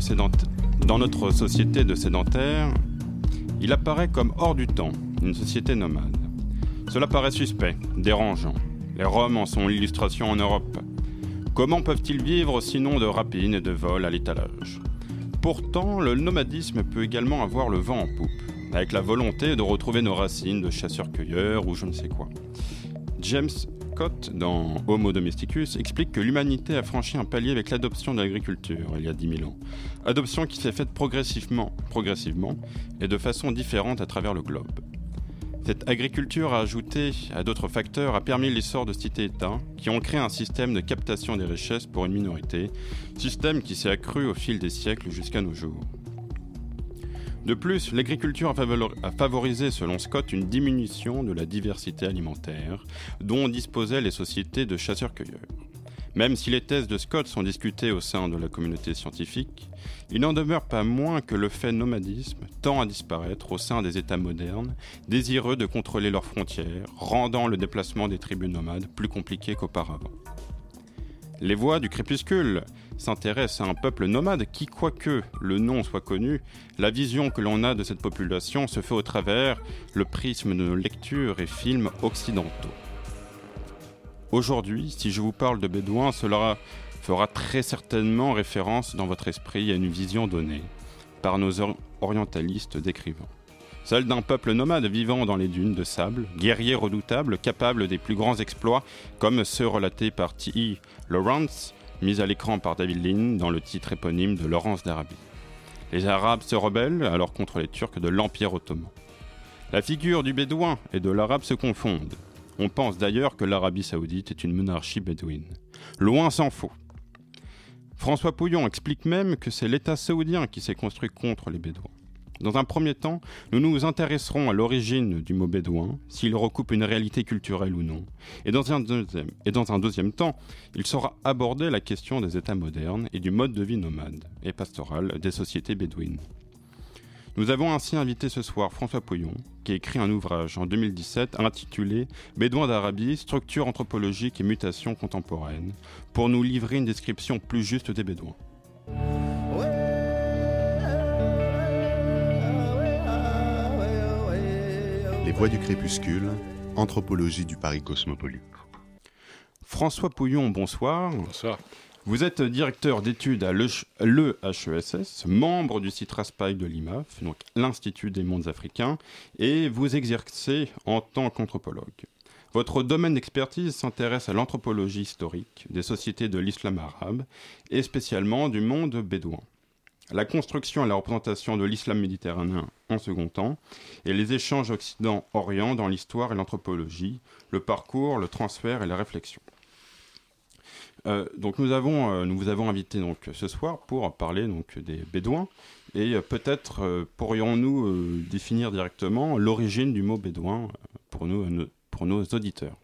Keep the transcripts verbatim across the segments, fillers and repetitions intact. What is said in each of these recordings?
sédent- dans notre société de sédentaires, il apparaît comme hors du temps, une société nomade. Cela paraît suspect, dérangeant. Les Roms en sont l'illustration en Europe. Comment peuvent-ils vivre sinon de rapines et de vols à l'étalage ? Pourtant, le nomadisme peut également avoir le vent en poupe, avec la volonté de retrouver nos racines de chasseurs-cueilleurs ou je ne sais quoi. James Scott, dans Homo Domesticus, explique que l'humanité a franchi un palier avec l'adoption de l'agriculture il y a dix mille ans. Adoption qui s'est faite progressivement, progressivement et de façon différente à travers le globe. Cette agriculture, ajoutée à d'autres facteurs, a permis l'essor de cités-États qui ont créé un système de captation des richesses pour une minorité, système qui s'est accru au fil des siècles jusqu'à nos jours. De plus, l'agriculture a favorisé, selon Scott, une diminution de la diversité alimentaire dont disposaient les sociétés de chasseurs-cueilleurs. Même si les thèses de Scott sont discutées au sein de la communauté scientifique, il n'en demeure pas moins que le fait nomadisme tend à disparaître au sein des États modernes, désireux de contrôler leurs frontières, rendant le déplacement des tribus nomades plus compliqué qu'auparavant. Les Voix du crépuscule s'intéressent à un peuple nomade qui, quoique le nom soit connu, la vision que l'on a de cette population se fait au travers le prisme de nos lectures et films occidentaux. Aujourd'hui, si je vous parle de Bédouins, cela fera très certainement référence dans votre esprit à une vision donnée par nos orientalistes décrivants. Celle d'un peuple nomade vivant dans les dunes de sable, guerrier redoutable, capable des plus grands exploits, comme ceux relatés par T E Lawrence, mis à l'écran par David Lean dans le titre éponyme de Laurence d'Arabie. Les Arabes se rebellent alors contre les Turcs de l'Empire ottoman. La figure du Bédouin et de l'Arabe se confondent. On pense d'ailleurs que l'Arabie saoudite est une monarchie bédouine. Loin s'en faut. François Pouillon explique même que c'est l'État saoudien qui s'est construit contre les Bédouins. Dans un premier temps, nous nous intéresserons à l'origine du mot bédouin, s'il recoupe une réalité culturelle ou non. Et dans un deuxième, et dans un deuxième temps, il sera abordé la question des États modernes et du mode de vie nomade et pastoral des sociétés bédouines. Nous avons ainsi invité ce soir François Pouillon, qui a écrit un ouvrage en deux mille dix-sept intitulé « Bédouins d'Arabie, structure anthropologique et mutation contemporaine » pour nous livrer une description plus juste des Bédouins. Les Voix du crépuscule, anthropologie du Paris cosmopolite. François Pouillon, bonsoir. Bonsoir. Vous êtes directeur d'études à l'E H E S S, membre du CITRASPAI de l'I M A F, donc l'Institut des mondes africains, et vous exercez en tant qu'anthropologue. Votre domaine d'expertise s'intéresse à l'anthropologie historique des sociétés de l'islam arabe, et spécialement du monde bédouin. La construction et la représentation de l'islam méditerranéen en second temps, et les échanges Occident-Orient dans l'histoire et l'anthropologie, le parcours, le transfert et la réflexion. Euh, donc nous, avons, euh, nous vous avons invité donc, ce soir pour parler donc, des Bédouins, et euh, peut-être euh, pourrions-nous euh, définir directement l'origine du mot bédouin euh, pour, nous, euh, pour nos auditeurs.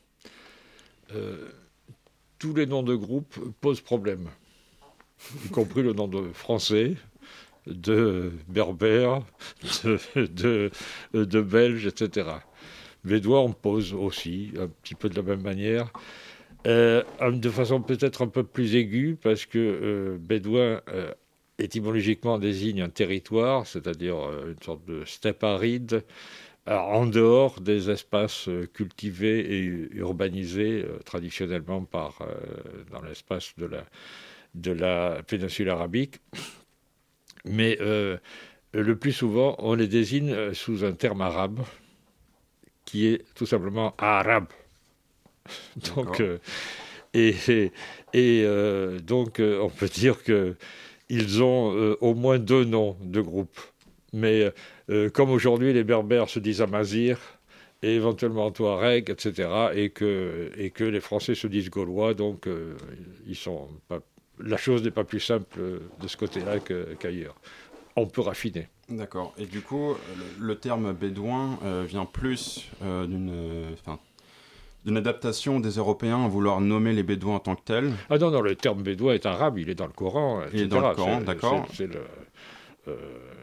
Euh, tous les noms de groupes posent problème, y compris le nom de français, de berbère, de, de, de belge, et cetera. Bédouin, on pose aussi un petit peu de la même manière. Euh, de façon peut-être un peu plus aiguë, parce que euh, bédouin, euh, étymologiquement, désigne un territoire, c'est-à-dire euh, une sorte de steppe aride, euh, en dehors des espaces euh, cultivés et urbanisés euh, traditionnellement par, euh, dans l'espace de la, de la péninsule arabique. Mais euh, le plus souvent, on les désigne sous un terme arabe, qui est tout simplement arabe. Donc, euh, et, et, et euh, donc, euh, on peut dire qu'ils ont euh, au moins deux noms de groupe. Mais euh, comme aujourd'hui, les Berbères se disent Amazigh, et éventuellement Touareg, et cetera, et que, et que les Français se disent Gaulois, donc euh, ils sont pas, la chose n'est pas plus simple de ce côté-là que, qu'ailleurs. On peut raffiner. D'accord. Et du coup, le, le terme bédouin euh, vient plus euh, d'une... Euh, d'une adaptation des Européens à vouloir nommer les Bédouins en tant que tels. Ah non, non, le terme bédouin est arabe, il est dans le Coran, et cetera. Il est dans le Coran, c'est, d'accord. C'est, c'est, le, euh,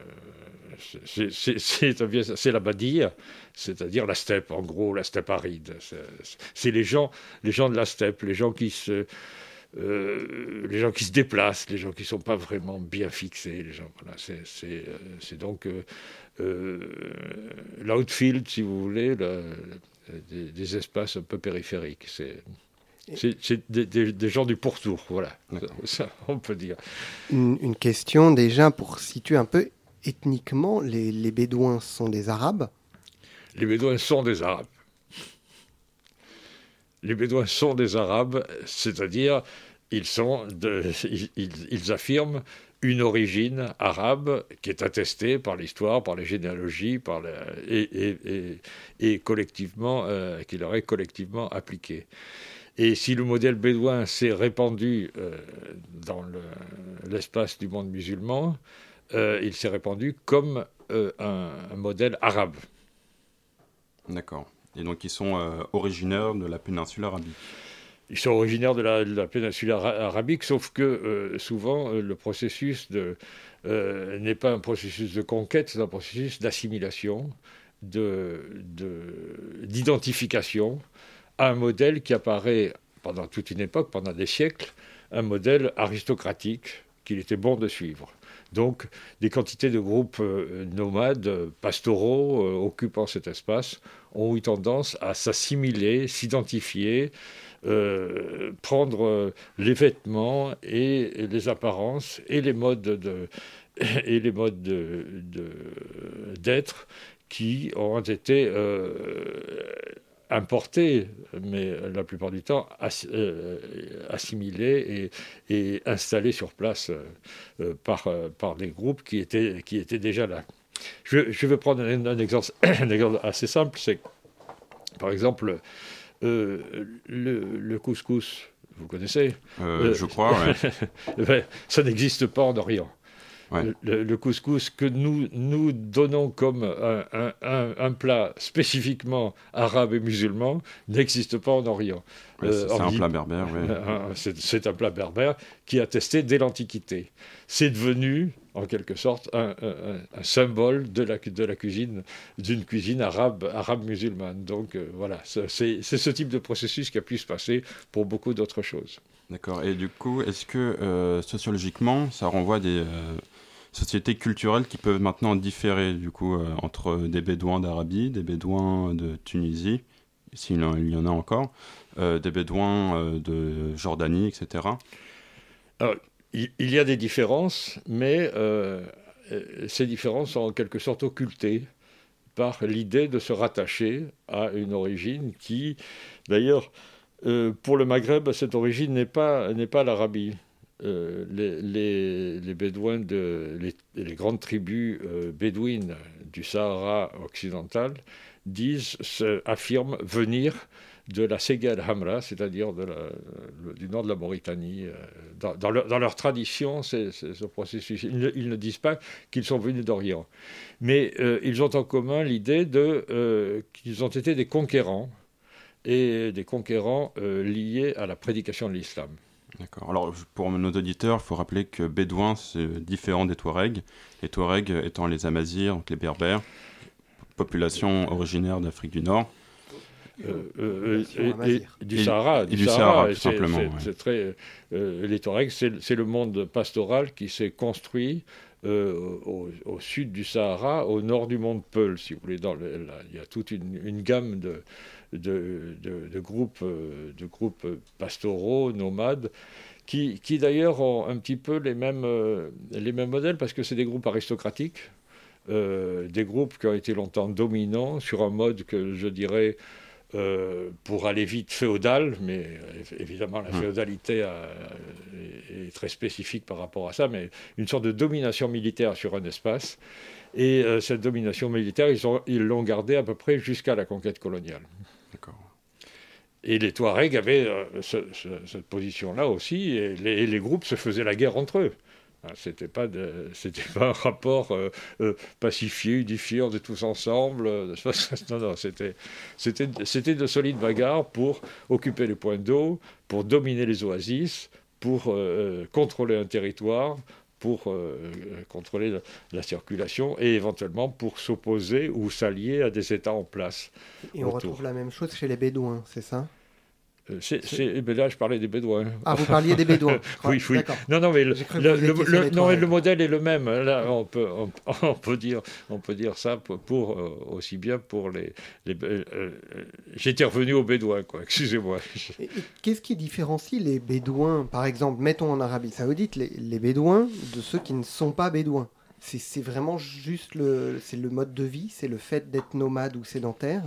c'est, c'est, c'est, c'est, c'est la Badia, c'est-à-dire la steppe, en gros, la steppe aride. C'est, c'est les, gens, les gens de la steppe, les gens qui se... euh, les gens qui se déplacent, les gens qui ne sont pas vraiment bien fixés. Les gens, voilà, c'est, c'est, euh, c'est donc euh, euh, l'outfield, si vous voulez, la, des, des espaces un peu périphériques. C'est, c'est, c'est des, des, des gens du pourtour, voilà, ça, ça, on peut dire. Une, une question déjà pour situer un peu ethniquement, les, les Bédouins sont des Arabes? Les Bédouins sont des Arabes. Les Bédouins sont des Arabes, c'est-à-dire ils, sont de, ils, ils, ils affirment une origine arabe qui est attestée par l'histoire, par les généalogies, par la, et, et, et, et collectivement, euh, qui leur est collectivement appliquée. Et si le modèle bédouin s'est répandu euh, dans le, l'espace du monde musulman, euh, il s'est répandu comme euh, un, un modèle arabe. D'accord. Et donc ils sont euh, originaires de la péninsule arabique. Ils sont originaires de la, de la péninsule ara- arabique, sauf que euh, souvent euh, le processus de, euh, n'est pas un processus de conquête, c'est un processus d'assimilation, de, de, d'identification à un modèle qui apparaît pendant toute une époque, pendant des siècles, un modèle aristocratique qu'il était bon de suivre. Donc, des quantités de groupes euh, nomades, euh, pastoraux, euh, occupant cet espace, ont eu tendance à s'assimiler, s'identifier, euh, prendre euh, les vêtements et, et les apparences et les modes, de, et les modes de, de, d'être qui ont été euh, importés, mais la plupart du temps ass, euh, assimilés et, et installés sur place euh, par, euh, par des groupes qui étaient, qui étaient déjà là. Je, je vais prendre un, un, exemple, un exemple assez simple, c'est par exemple euh, le, le couscous, vous connaissez euh, euh, Je crois, ouais. ben, ça n'existe pas en Orient. Ouais. Le, le couscous que nous, nous donnons comme un, un, un, un plat spécifiquement arabe et musulman n'existe pas en Orient. Ouais, euh, c'est en un dit, plat berbère, ouais. c'est, c'est un plat berbère qui est attesté dès l'Antiquité. C'est devenu, en quelque sorte, un, un, un symbole de la, de la cuisine, d'une cuisine arabe, arabe musulmane. Donc euh, voilà, c'est, c'est ce type de processus qui a pu se passer pour beaucoup d'autres choses. D'accord. Et du coup, est-ce que euh, sociologiquement, ça renvoie à des euh, sociétés culturelles qui peuvent maintenant différer du coup euh, entre des Bédouins d'Arabie, des Bédouins de Tunisie, s'il y en a encore, euh, des Bédouins euh, de Jordanie, et cetera. Alors, il, il y a des différences, mais euh, ces différences sont en quelque sorte occultées par l'idée de se rattacher à une origine qui, d'ailleurs, euh, pour le Maghreb, cette origine n'est pas, n'est pas l'Arabie. Euh, les, les, les Bédouins, de, les, les grandes tribus euh, bédouines du Sahara occidental disent, se, affirment venir de la Séga El Hamra, c'est-à-dire de la, le, du nord de la Mauritanie. Euh, dans, dans, leur, dans leur tradition, c'est, c'est ce processus. Ils ne, ils ne disent pas qu'ils sont venus d'Orient. Mais euh, ils ont en commun l'idée de, euh, qu'ils ont été des conquérants, et des conquérants euh, liés à la prédication de l'islam. D'accord. Alors, pour nos auditeurs, il faut rappeler que Bédouin, c'est différent des Touaregs. Les Touaregs étant les Amazirs, donc les Berbères, population originaire d'Afrique du Nord. Euh, euh, et, et, et du Sahara. Et du du Sahara, Sahara, tout c'est, simplement. C'est, ouais. c'est très, euh, les Touaregs, c'est, c'est le monde pastoral qui s'est construit euh, au, au sud du Sahara, au nord du monde Peul, si vous voulez. Dans le, là, il y a toute une, une gamme de, de, de, de, groupes, de groupes pastoraux, nomades, qui, qui d'ailleurs ont un petit peu les mêmes, euh, les mêmes modèles, parce que c'est des groupes aristocratiques, euh, des groupes qui ont été longtemps dominants sur un mode que je dirais... Euh, pour aller vite, féodal, mais euh, évidemment la féodalité a, est, est très spécifique par rapport à ça, mais une sorte de domination militaire sur un espace. Et euh, cette domination militaire, ils, ont, ils l'ont gardée à peu près jusqu'à la conquête coloniale. D'accord. Et les Touaregs avaient euh, ce, ce, cette position-là aussi, et les, et les groupes se faisaient la guerre entre eux. C'était pas, de, c'était pas un rapport euh, euh, pacifié, unifié, on est tous ensemble. Euh, non, non, c'était, c'était, c'était de solides bagarres pour occuper les points d'eau, pour dominer les oasis, pour euh, contrôler un territoire, pour euh, contrôler la, la circulation et éventuellement pour s'opposer ou s'allier à des États en place. Et on autour. retrouve la même chose chez les Bédouins, c'est ça ? C'est, c'est, ben là, je parlais des Bédouins. Ah, vous parliez des Bédouins. Oui, oui. D'accord. Non, non, mais le, le, le, le, non, mais le ouais. modèle est le même. Là, on peut, on, on peut dire, on peut dire ça pour, pour euh, aussi bien pour les. les euh, euh, j'étais revenu aux Bédouins, quoi. Excusez-moi. Et, et qu'est-ce qui différencie les Bédouins, par exemple, mettons en Arabie Saoudite, les, les Bédouins de ceux qui ne sont pas Bédouins? C'est, c'est vraiment juste le, c'est le mode de vie, c'est le fait d'être nomade ou sédentaire?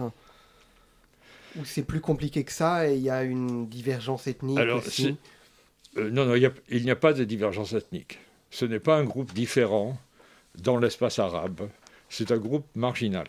Ou c'est plus compliqué que ça et il y a une divergence ethnique Alors, aussi euh, Non, non, il, y a, il n'y a pas de divergence ethnique. Ce n'est pas un groupe différent dans l'espace arabe. C'est un groupe marginal.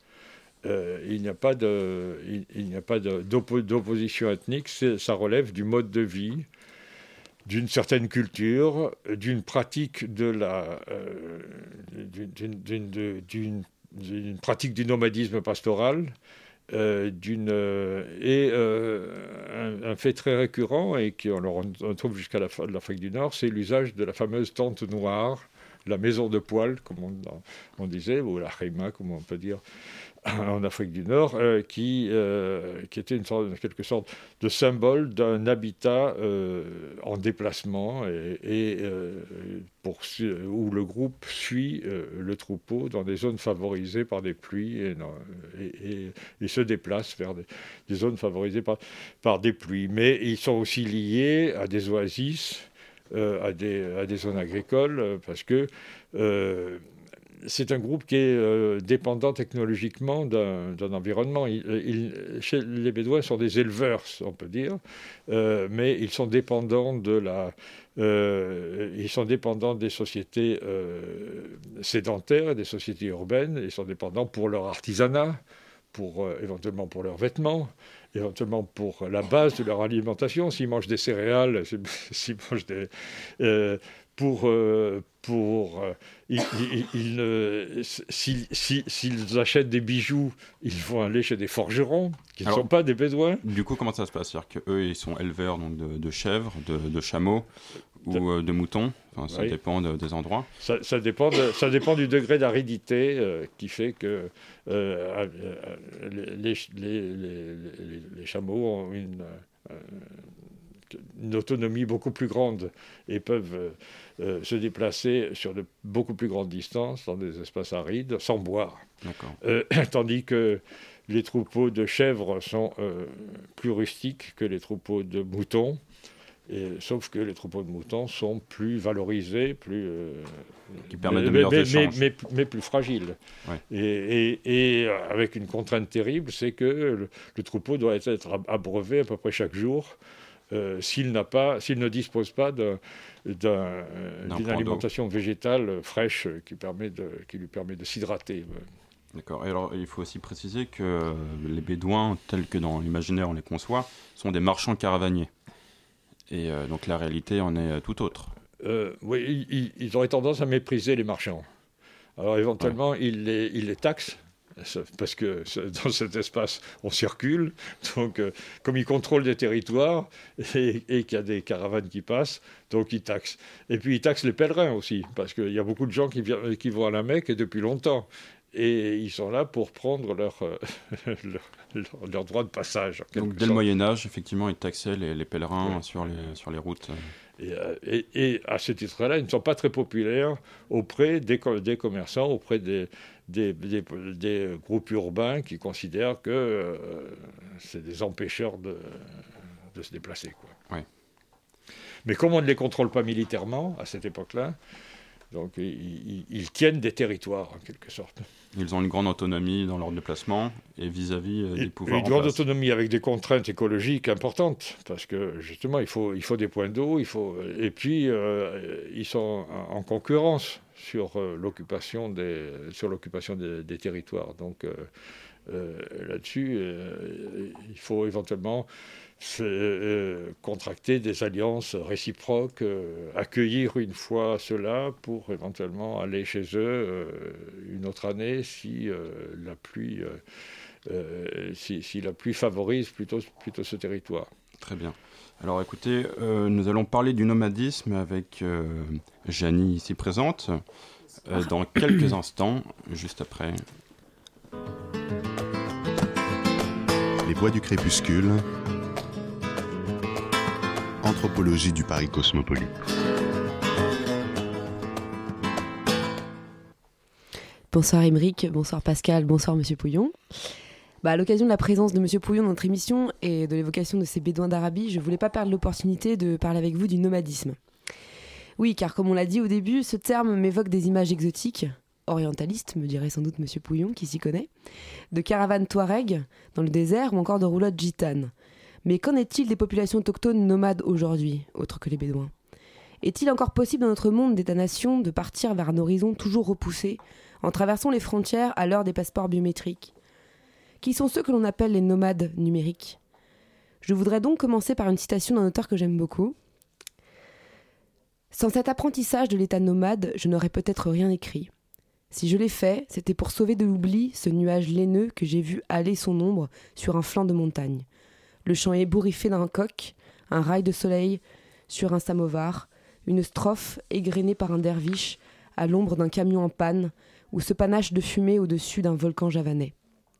Euh, il n'y a pas, de, il, il n'y a pas de, d'oppo, d'opposition ethnique. C'est, ça relève du mode de vie, d'une certaine culture, d'une pratique de la, euh, d'une, d'une, d'une, d'une, d'une pratique du nomadisme pastoral. Euh, d'une, euh, et euh, un, un fait très récurrent et qu'on on trouve jusqu'à la, l'Afrique du Nord, c'est l'usage de la fameuse tente noire, la maison de poil, comme on, on disait, ou la khayma, comme on peut dire, en Afrique du Nord, euh, qui, euh, qui était une sorte, en quelque sorte de symbole d'un habitat euh, en déplacement et, et euh, pour, où le groupe suit euh, le troupeau dans des zones favorisées par des pluies et, et, et, et se déplace vers des, des zones favorisées par, par des pluies. Mais ils sont aussi liés à des oasis, euh, à, des, à des zones agricoles, parce que euh, c'est un groupe qui est euh, dépendant technologiquement d'un, d'un environnement. Il, il, chez les Bédouins sont des éleveurs, on peut dire, euh, mais ils sont dépendants de la, euh, ils sont dépendants des sociétés euh, sédentaires, des sociétés urbaines. Ils sont dépendants pour leur artisanat, pour euh, éventuellement pour leurs vêtements, éventuellement pour la base de leur alimentation. S'ils mangent des céréales, s'ils mangent des euh, pour euh, pour euh, ils, ils, ils, euh, s'ils, s'ils, s'ils achètent des bijoux, ils vont aller chez des forgerons qui Alors, ne sont pas des Bédouins. Du coup, comment ça se passe? C'est-à-dire qu'eux, ils sont éleveurs donc, de, de chèvres, de, de chameaux de... ou euh, de moutons. Enfin, ça oui. dépend de, des endroits. Ça, ça, dépend de, ça dépend du degré d'aridité euh, qui fait que euh, les, les, les, les, les chameaux ont une... Euh, une autonomie beaucoup plus grande et peuvent euh, se déplacer sur de beaucoup plus grandes distances dans des espaces arides sans boire. Euh, tandis que les troupeaux de chèvres sont euh, plus rustiques que les troupeaux de moutons, et, sauf que les troupeaux de moutons sont plus valorisés, plus, euh, qui permettent mais, de meilleurs mais, échanges. Mais, mais, mais plus fragiles. Ouais. Et, et, et avec une contrainte terrible, c'est que le, le troupeau doit être abreuvé à peu près chaque jour. Euh, s'il, n'a pas, s'il ne dispose pas de, d'un, d'un d'une alimentation d'eau. végétale fraîche qui, permet de, qui lui permet de s'hydrater. D'accord. Et alors, il faut aussi préciser que les Bédouins, tels que dans l'imaginaire on les conçoit, sont des marchands caravaniers. Et euh, donc la réalité en est tout autre. Euh, oui, ils, ils auraient tendance à mépriser les marchands. Alors éventuellement, ouais. ils, les, ils les taxent. Parce que dans cet espace, on circule, donc euh, comme ils contrôlent des territoires et, et qu'il y a des caravanes qui passent, donc ils taxent. Et puis ils taxent les pèlerins aussi, parce qu'il y a beaucoup de gens qui, viennent, qui vont à la Mecque depuis longtemps. Et ils sont là pour prendre leur, euh, leur, leur, leur droit de passage. Donc dès sorte. le Moyen-Âge, effectivement, ils taxaient les, les pèlerins ouais. sur, les, sur les routes. Et, et, et à ce titre-là, ils ne sont pas très populaires auprès des, des commerçants, auprès des, des, des, des groupes urbains qui considèrent que euh, c'est des empêcheurs de, de se déplacer, quoi. Ouais. Mais comme on ne les contrôle pas militairement à cette époque-là, donc ils, ils, ils tiennent des territoires en quelque sorte. Ils ont une grande autonomie dans leur déplacement et vis-à-vis euh, des pouvoirs. Une grande autonomie avec des contraintes écologiques importantes, parce que justement il faut, il faut des points d'eau, il faut, et puis euh, ils sont en concurrence sur euh, l'occupation des, sur l'occupation des, des territoires. Donc euh, euh, là-dessus, euh, il faut éventuellement euh, contracter des alliances réciproques, euh, accueillir une fois cela pour éventuellement aller chez eux euh, une autre année si euh, la pluie euh, euh, si, si la pluie favorise plutôt, plutôt ce territoire. Très bien. Alors écoutez, euh, nous allons parler du nomadisme avec euh, Janie ici présente euh, dans quelques instants, juste après. Les voix du crépuscule, Anthropologie du Paris Cosmopolite. Bonsoir Émeric, bonsoir Pascal, bonsoir Monsieur Pouillon. Bah, à l'occasion de la présence de Monsieur Pouillon dans notre émission et de l'évocation de ces bédouins d'Arabie, je ne voulais pas perdre l'opportunité de parler avec vous du nomadisme. Oui, car comme on l'a dit au début, ce terme m'évoque des images exotiques, orientalistes, me dirait sans doute Monsieur Pouillon, qui s'y connaît, de caravanes touareg dans le désert ou encore de roulottes gitanes. Mais qu'en est-il des populations autochtones nomades aujourd'hui, autres que les bédouins ? Est-il encore possible dans notre monde d'État-nation de partir vers un horizon toujours repoussé, en traversant les frontières à l'heure des passeports biométriques ? Qui sont ceux que l'on appelle les nomades numériques ? Je voudrais donc commencer par une citation d'un auteur que j'aime beaucoup. « Sans cet apprentissage de l'état nomade, je n'aurais peut-être rien écrit. Si je l'ai fait, c'était pour sauver de l'oubli ce nuage laineux que j'ai vu hâler son ombre sur un flanc de montagne. Le chant ébouriffé d'un coq, un rail de soleil sur un samovar, une strophe égrenée par un derviche à l'ombre d'un camion en panne, ou ce panache de fumée au-dessus d'un volcan javanais. »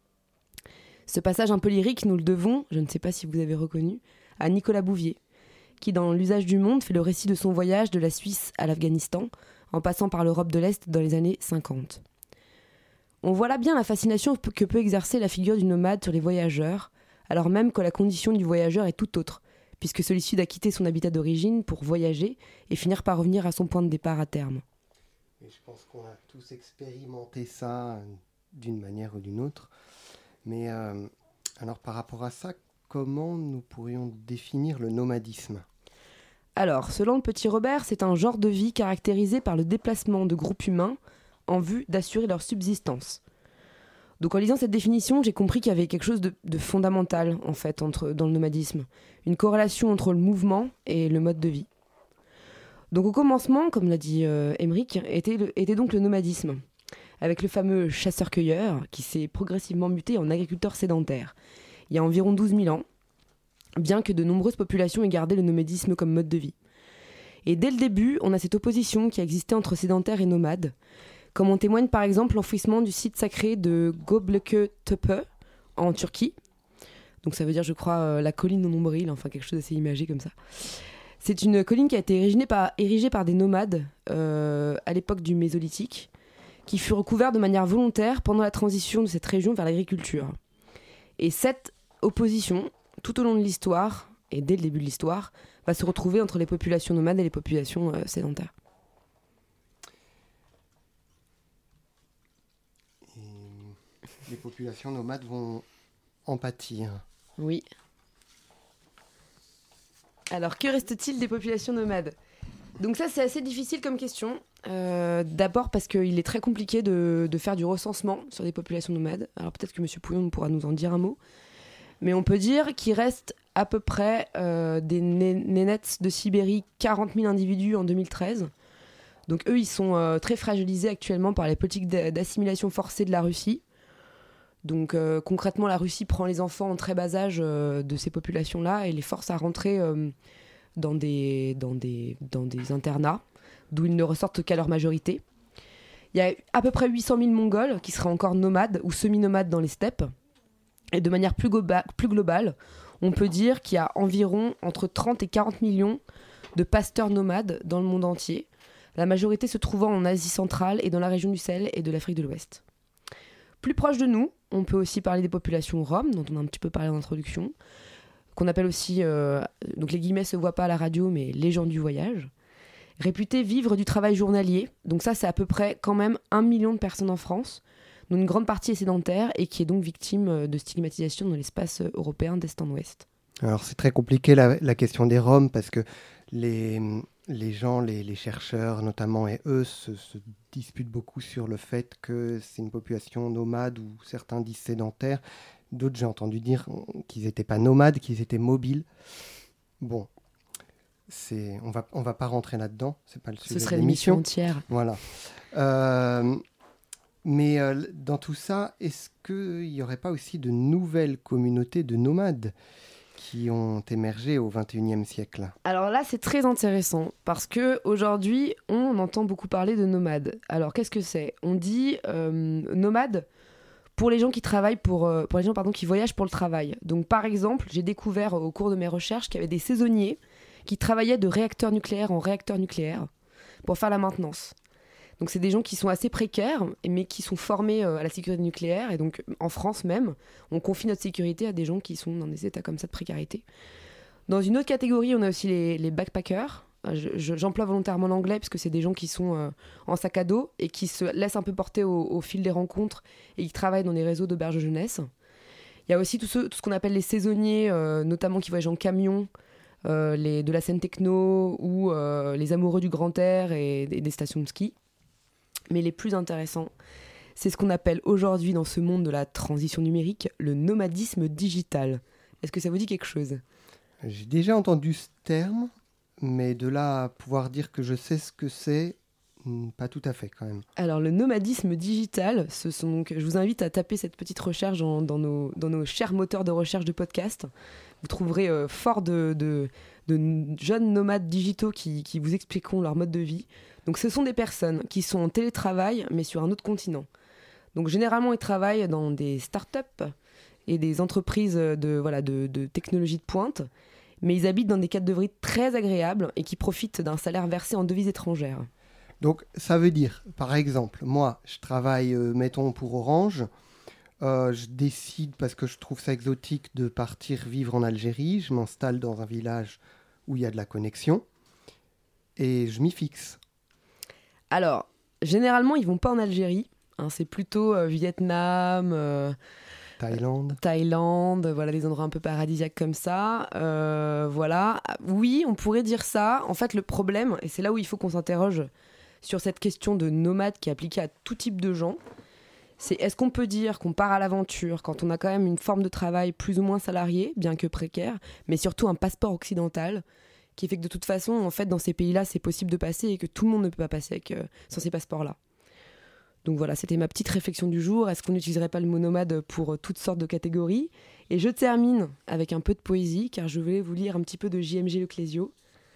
Ce passage un peu lyrique, nous le devons, je ne sais pas si vous avez reconnu, à Nicolas Bouvier, qui dans L'usage du monde fait le récit de son voyage de la Suisse à l'Afghanistan, en passant par l'Europe de l'Est dans les années cinquante. On voit là bien la fascination que peut exercer la figure du nomade sur les voyageurs, alors même que la condition du voyageur est tout autre, puisque celui-ci doit quitter son habitat d'origine pour voyager et finir par revenir à son point de départ à terme. Et je pense qu'on a tous expérimenté ça d'une manière ou d'une autre. Mais euh, alors par rapport à ça, comment nous pourrions définir le nomadisme ? Alors, selon le petit Robert, c'est un genre de vie caractérisé par le déplacement de groupes humains en vue d'assurer leur subsistance. Donc en lisant cette définition, j'ai compris qu'il y avait quelque chose de, de fondamental en fait entre, dans le nomadisme, une corrélation entre le mouvement et le mode de vie. Donc au commencement, comme l'a dit euh, Émeric, était, le, était donc le nomadisme, avec le fameux chasseur-cueilleur qui s'est progressivement muté en agriculteur sédentaire, il y a environ douze mille ans, bien que de nombreuses populations aient gardé le nomadisme comme mode de vie. Et dès le début, on a cette opposition qui a existé entre sédentaires et nomades, comme en témoigne par exemple l'enfouissement du site sacré de Göbekli Tepe en Turquie. Donc ça veut dire, je crois, euh, la colline au nombril, enfin quelque chose d'assez imagé comme ça. C'est une colline qui a été érigée par, érigée par des nomades euh, à l'époque du Mésolithique, qui fut recouverte de manière volontaire pendant la transition de cette région vers l'agriculture. Et cette opposition, tout au long de l'histoire, et dès le début de l'histoire, va se retrouver entre les populations nomades et les populations euh, sédentaires. Et les populations nomades vont en pâtir. Oui. Alors, que reste-t-il des populations nomades ? Donc ça, c'est assez difficile comme question. Euh, d'abord parce qu'il est très compliqué de, de faire du recensement sur des populations nomades. Alors peut-être que M. Pouillon pourra nous en dire un mot. Mais on peut dire qu'il reste à peu près euh, des nénètes de Sibérie, quarante mille individus en deux mille treize. Donc eux, ils sont euh, très fragilisés actuellement par les politiques d'assimilation forcée de la Russie. Donc euh, concrètement, la Russie prend les enfants en très bas âge euh, de ces populations-là et les force à rentrer euh, dans, des, dans, des, dans des internats, d'où ils ne ressortent qu'à leur majorité. Il y a à peu près huit cent mille Mongols qui seraient encore nomades ou semi-nomades dans les steppes. Et de manière plus, goba- plus globale, on peut dire qu'il y a environ entre trente et quarante millions de pasteurs nomades dans le monde entier, la majorité se trouvant en Asie centrale et dans la région du Sahel et de l'Afrique de l'Ouest. Plus proche de nous, on peut aussi parler des populations roms, dont on a un petit peu parlé en introduction, qu'on appelle aussi, euh, donc les guillemets se voient pas à la radio, mais les gens du voyage, réputés vivre du travail journalier. Donc ça, c'est à peu près quand même un million de personnes en France, dont une grande partie est sédentaire et qui est donc victime de stigmatisation dans l'espace européen d'est en ouest. Alors c'est très compliqué la, la question des Roms parce que les, les gens, les, les chercheurs notamment et eux se, se disputent beaucoup sur le fait que c'est une population nomade ou certains disent sédentaire. D'autres j'ai entendu dire qu'ils n'étaient pas nomades, qu'ils étaient mobiles. Bon, c'est, on va, on va pas rentrer là-dedans, c'est pas le sujet de l'émission. Ce serait l'émission entière. Voilà. Euh, mais euh, dans tout ça, est-ce qu'il n'y aurait pas aussi de nouvelles communautés de nomades qui ont émergé au vingt et unième siècle? Alors là, c'est très intéressant parce qu'aujourd'hui, on entend beaucoup parler de nomades. Alors, qu'est-ce que c'est ? On dit euh, nomade pour les gens qui travaillent pour, euh, pour les gens pardon, qui voyagent pour le travail. Donc, par exemple, j'ai découvert au cours de mes recherches qu'il y avait des saisonniers qui travaillaient de réacteur nucléaire en réacteur nucléaire pour faire la maintenance. Donc c'est des gens qui sont assez précaires, mais qui sont formés à la sécurité nucléaire. Et donc en France même, on confie notre sécurité à des gens qui sont dans des états comme ça de précarité. Dans une autre catégorie, on a aussi les, les backpackers. Je, je, j'emploie volontairement l'anglais parce que c'est des gens qui sont euh, en sac à dos et qui se laissent un peu porter au, au fil des rencontres et qui travaillent dans des réseaux d'auberges jeunesse. Il y a aussi tout ce, tout ce qu'on appelle les saisonniers, euh, notamment qui voyagent en camion, euh, les, de la scène techno ou euh, les amoureux du grand air et, et des stations de ski. Mais les plus intéressants, c'est ce qu'on appelle aujourd'hui dans ce monde de la transition numérique le nomadisme digital. Est-ce que ça vous dit quelque chose ? J'ai déjà entendu ce terme, mais de là à pouvoir dire que je sais ce que c'est, pas tout à fait quand même. Alors le nomadisme digital, ce sont donc, je vous invite à taper cette petite recherche en, dans, nos, dans nos chers moteurs de recherche de podcast. Vous trouverez euh, fort de, de, de jeunes nomades digitaux qui, qui vous expliqueront leur mode de vie. Donc ce sont des personnes qui sont en télétravail, mais sur un autre continent. Donc généralement, ils travaillent dans des startups et des entreprises de, voilà, de, de technologie de pointe, mais ils habitent dans des cadres de vie très agréables et qui profitent d'un salaire versé en devises étrangères. Donc ça veut dire, par exemple, moi, je travaille, euh, mettons, pour Orange. Euh, je décide, parce que je trouve ça exotique, de partir vivre en Algérie. Je m'installe dans un village où il y a de la connexion et je m'y fixe. Alors, généralement, ils vont pas en Algérie. Hein, c'est plutôt euh, Vietnam, euh, Thaïlande. Euh, Thaïlande, voilà, des endroits un peu paradisiaques comme ça. Euh, voilà. Oui, on pourrait dire ça. En fait, le problème, et c'est là où il faut qu'on s'interroge sur cette question de nomade qui est appliquée à tout type de gens, c'est est-ce qu'on peut dire qu'on part à l'aventure quand on a quand même une forme de travail plus ou moins salarié, bien que précaire, mais surtout un passeport occidental qui fait que de toute façon, en fait, dans ces pays-là, c'est possible de passer et que tout le monde ne peut pas passer avec, euh, sans ces passeports-là. Donc voilà, c'était ma petite réflexion du jour. Est-ce qu'on n'utiliserait pas le mot nomade pour euh, toutes sortes de catégories ? Et je termine avec un peu de poésie, car je voulais vous lire un petit peu de J M G Le Clésio.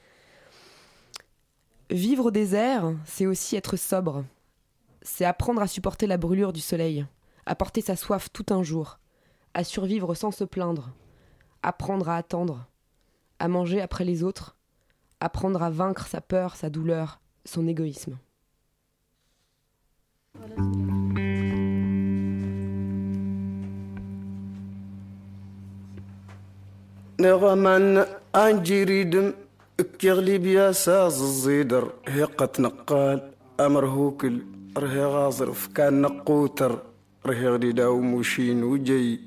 Vivre au désert, c'est aussi être sobre. C'est apprendre à supporter la brûlure du soleil, à porter sa soif tout un jour, à survivre sans se plaindre, apprendre à attendre, à manger après les autres, apprendre à vaincre sa peur, sa douleur, son égoïsme. نغمن أنجريدم كيغلي بياساز الزيدر هيقة نقال أمر هوكل رهي غازرف كان نقوتر رهي غدي داو موشين وجي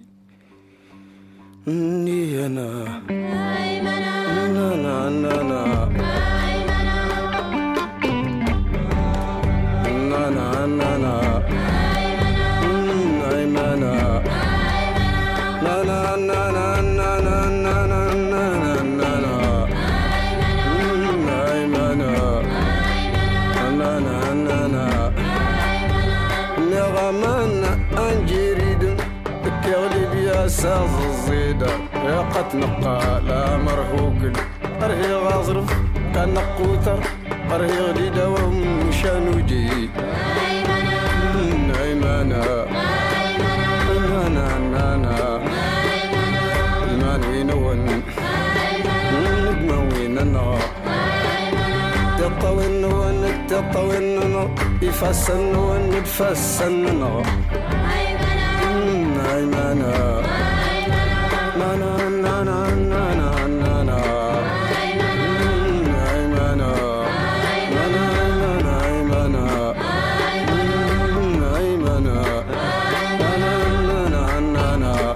ني أنا نا نا نا نا نا نا نا نا أيمنا نا نا نا نا نا نا نا نغمان أنجريد كيغلي بياساز الزيدة يقت نقال مرهوكل أرهي غازرف كان نقوتر أرهي غديدة ومشان وجي أيمانا نانا نانا الماني نون نجموين النغا تطوين نون تطوين نون يفسن نون نتفسن نون أيمانا نانا نانا نانا نانا أيمانا نانا نانا أيمانا أيمانا نانا نانا نانا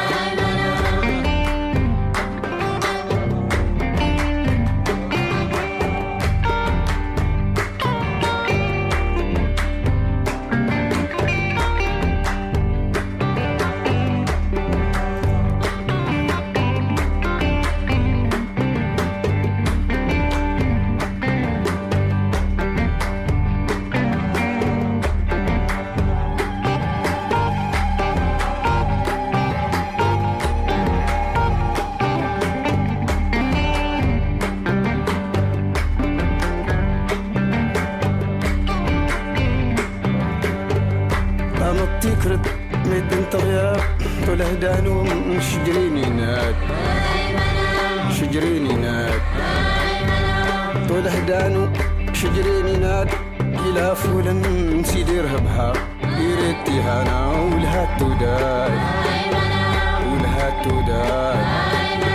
تكرت ميدن طغياب والهدان ومشجرين يناد شجريني ناد طول هدانو شجريني ناد إلى فولن سيدي رهبها يريد تهانا ولها توداي ولها توداي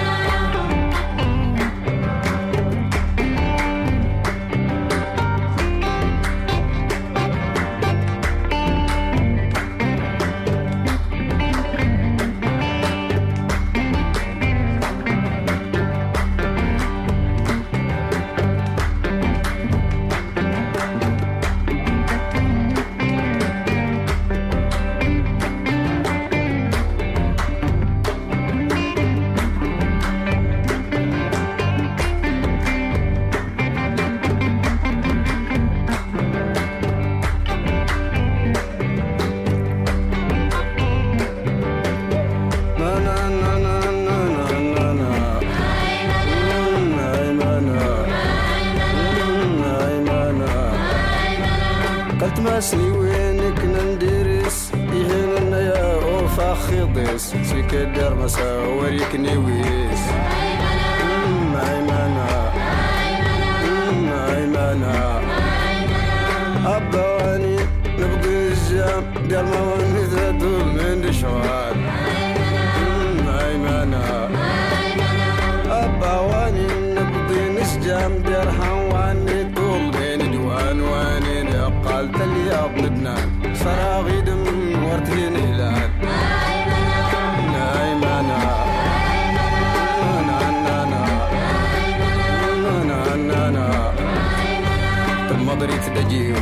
ماسني وينك ندرس يهنا يا اوفا خضيس سيك الدار مسا وريك نويس ايمانا ايمانا ابا واني نبغي الجام ديال ما وني ذادو من شوال ايمانا ابا واني نبغي نسجام ديال واني طول بين دوان واني قال تلي اب لبنان صراغي دم ورتين هلال نايمانا نانا نانا نانا تمضري تدجيو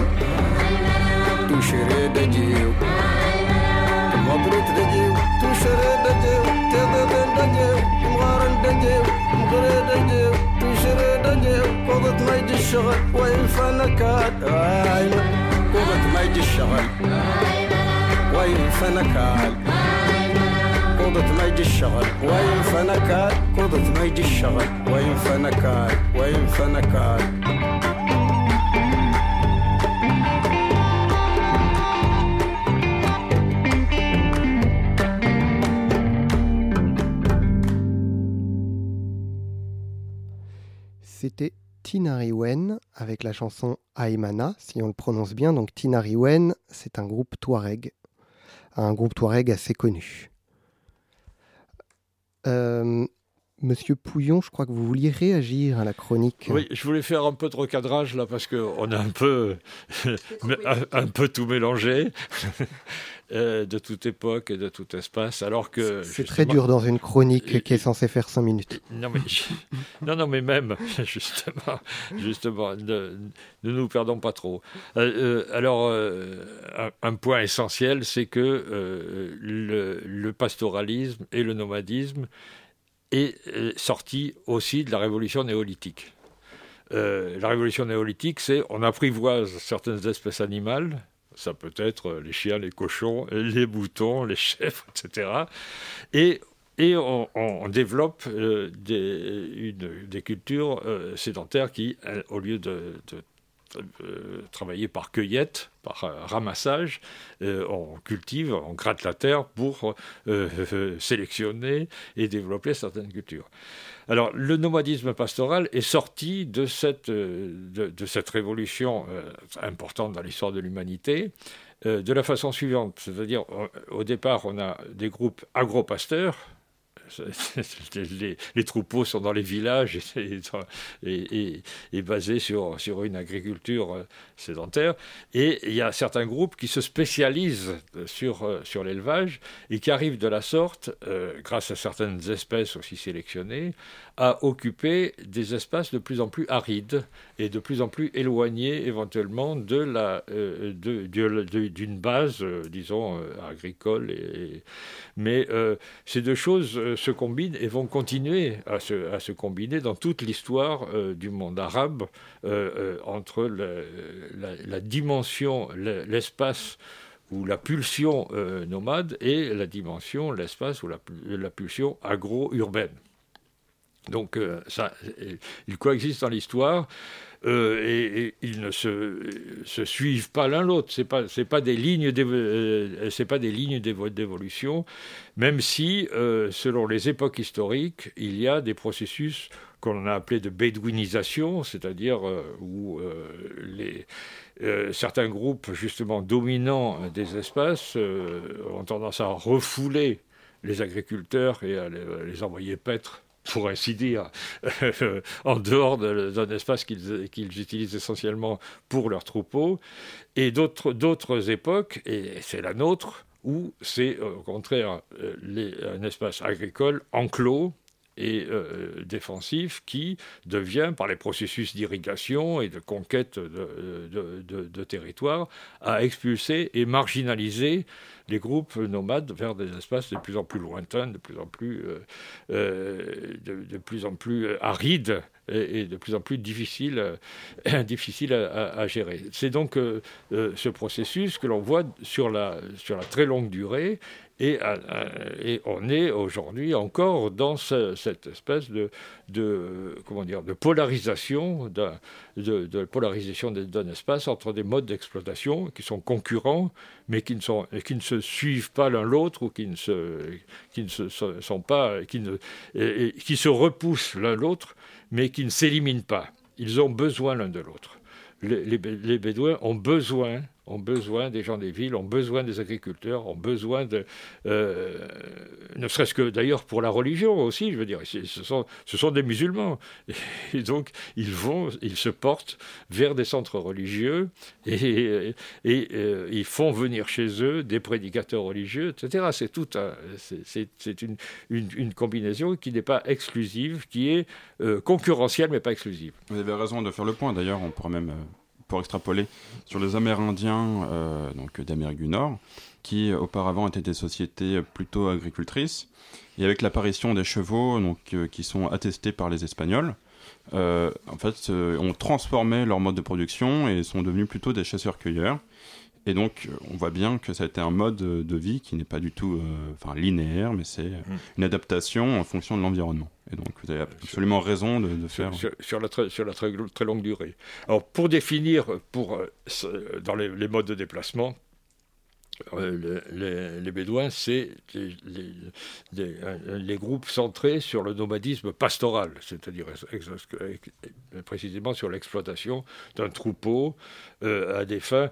تشري دجيو تمضري تدجيو تشري دجيو تدبن دجيو مغارن دجيو مغري دجيو تشري دجيو قضت ما يجي الشغل وين فنكات ايمن قضت ما يجي الشغل وين فنكال قضت ما يجي الشغل وين فنكال قضت ما يجي الشغل وين فنكال وين فنكال C'était Tinariwen avec la chanson Aymana, si on le prononce bien. Donc Tinariwen, c'est un groupe Touareg, un groupe Touareg assez connu. Euh, Monsieur Pouillon, je crois que vous vouliez réagir à la chronique. Oui, je voulais faire un peu de recadrage là parce qu'on a un peu, un, un peu tout mélangé. Euh, de toute époque et de tout espace, alors que... C'est très dur dans une chronique euh, qui est censée faire cinq minutes. Non, mais, non, non, mais même, justement, justement ne, ne nous perdons pas trop. Euh, euh, alors, euh, un, un point essentiel, c'est que euh, le, le pastoralisme et le nomadisme est euh, sorti aussi de la révolution néolithique. Euh, la révolution néolithique, c'est on apprivoise certaines espèces animales. Ça peut être les chiens, les cochons, les moutons, les chèvres, et cetera. Et, et on, on développe euh, des, une, des cultures euh, sédentaires qui, euh, au lieu de, de euh, travailler par cueillette, par euh, ramassage, euh, on cultive, on gratte la terre pour euh, euh, sélectionner et développer certaines cultures. Alors, le nomadisme pastoral est sorti de cette, de, de cette révolution euh, importante dans l'histoire de l'humanité euh, de la façon suivante. C'est-à-dire, au départ, on a des groupes agro-pasteurs. Les, les troupeaux sont dans les villages et, et, et, et basés sur, sur une agriculture sédentaire. Et il y a certains groupes qui se spécialisent sur, sur l'élevage et qui arrivent de la sorte, euh, grâce à certaines espèces aussi sélectionnées, à occuper des espaces de plus en plus arides et de plus en plus éloignés éventuellement de la, euh, de, de, de, d'une base, euh, disons, euh, agricole. Et, et, mais euh, ces deux choses euh, se combinent et vont continuer à se, à se combiner dans toute l'histoire euh, du monde arabe, euh, euh, entre le, la, la dimension, le, l'espace ou la pulsion euh, nomade et la dimension, l'espace ou la, la pulsion agro-urbaine. Donc euh, ça, ils coexistent dans l'histoire. Euh, et, et ils ne se, se suivent pas l'un l'autre. C'est pas c'est pas des lignes d'évo- euh, c'est pas des lignes d'évo- d'évolution, même si euh, selon les époques historiques, il y a des processus qu'on a appelés de bédouinisation, c'est-à-dire euh, où euh, les euh, certains groupes justement dominants des espaces euh, ont tendance à refouler les agriculteurs et à les, à les envoyer paître, pour ainsi dire, euh, en dehors de, d'un espace qu'ils, qu'ils utilisent essentiellement pour leurs troupeaux, et d'autres, d'autres époques, et c'est la nôtre, où c'est au contraire euh, les, un espace agricole enclos et euh, défensif qui devient, par les processus d'irrigation et de conquête de, de, de, de territoire, à expulser et marginaliser les groupes nomades vers des espaces de plus en plus lointains, de plus en plus, euh, euh, de, de plus, en plus arides et, et de plus en plus difficiles, euh, difficiles à, à, à gérer. C'est donc euh, euh, ce processus que l'on voit sur la, sur la très longue durée. Et, euh, et on est aujourd'hui encore dans ce, cette espèce de, de, comment dire, de polarisation, de, de, de polarisation d'un espace entre des modes d'exploitation qui sont concurrents, mais qui ne, sont, qui ne se suivent pas l'un l'autre ou qui ne se, qui ne se sont pas, qui, ne, et, et, qui se repoussent l'un l'autre, mais qui ne s'éliminent pas. Ils ont besoin l'un de l'autre. Les, les, les Bédouins ont besoin, ont besoin des gens des villes, ont besoin des agriculteurs, ont besoin de... Euh, ne serait-ce que d'ailleurs pour la religion aussi, je veux dire, ce sont, ce sont des musulmans. Et donc, ils vont, ils se portent vers des centres religieux et, et, et euh, ils font venir chez eux des prédicateurs religieux, et cetera. C'est tout un, c'est, c'est, c'est une, une, une combinaison qui n'est pas exclusive, qui est euh, concurrentielle, mais pas exclusive. Vous avez raison de faire le point, d'ailleurs, on pourrait même... Euh... pour extrapoler sur les Amérindiens euh, donc d'Amérique du Nord, qui auparavant étaient des sociétés plutôt agricultrices, et avec l'apparition des chevaux donc, euh, qui sont attestés par les Espagnols, euh, en fait, euh, ont transformé leur mode de production et sont devenus plutôt des chasseurs-cueilleurs. Et donc, on voit bien que ça a été un mode de vie qui n'est pas du tout euh, enfin, linéaire, mais c'est une adaptation en fonction de l'environnement. Et donc, vous avez absolument raison de, de faire... Sur, sur la, très, sur la très, très longue durée. Alors, pour définir, pour, dans les, les modes de déplacement, euh, les, les, les Bédouins, c'est les, les, les, les groupes centrés sur le nomadisme pastoral, c'est-à-dire ex, ex, précisément sur l'exploitation d'un troupeau euh, à des fins...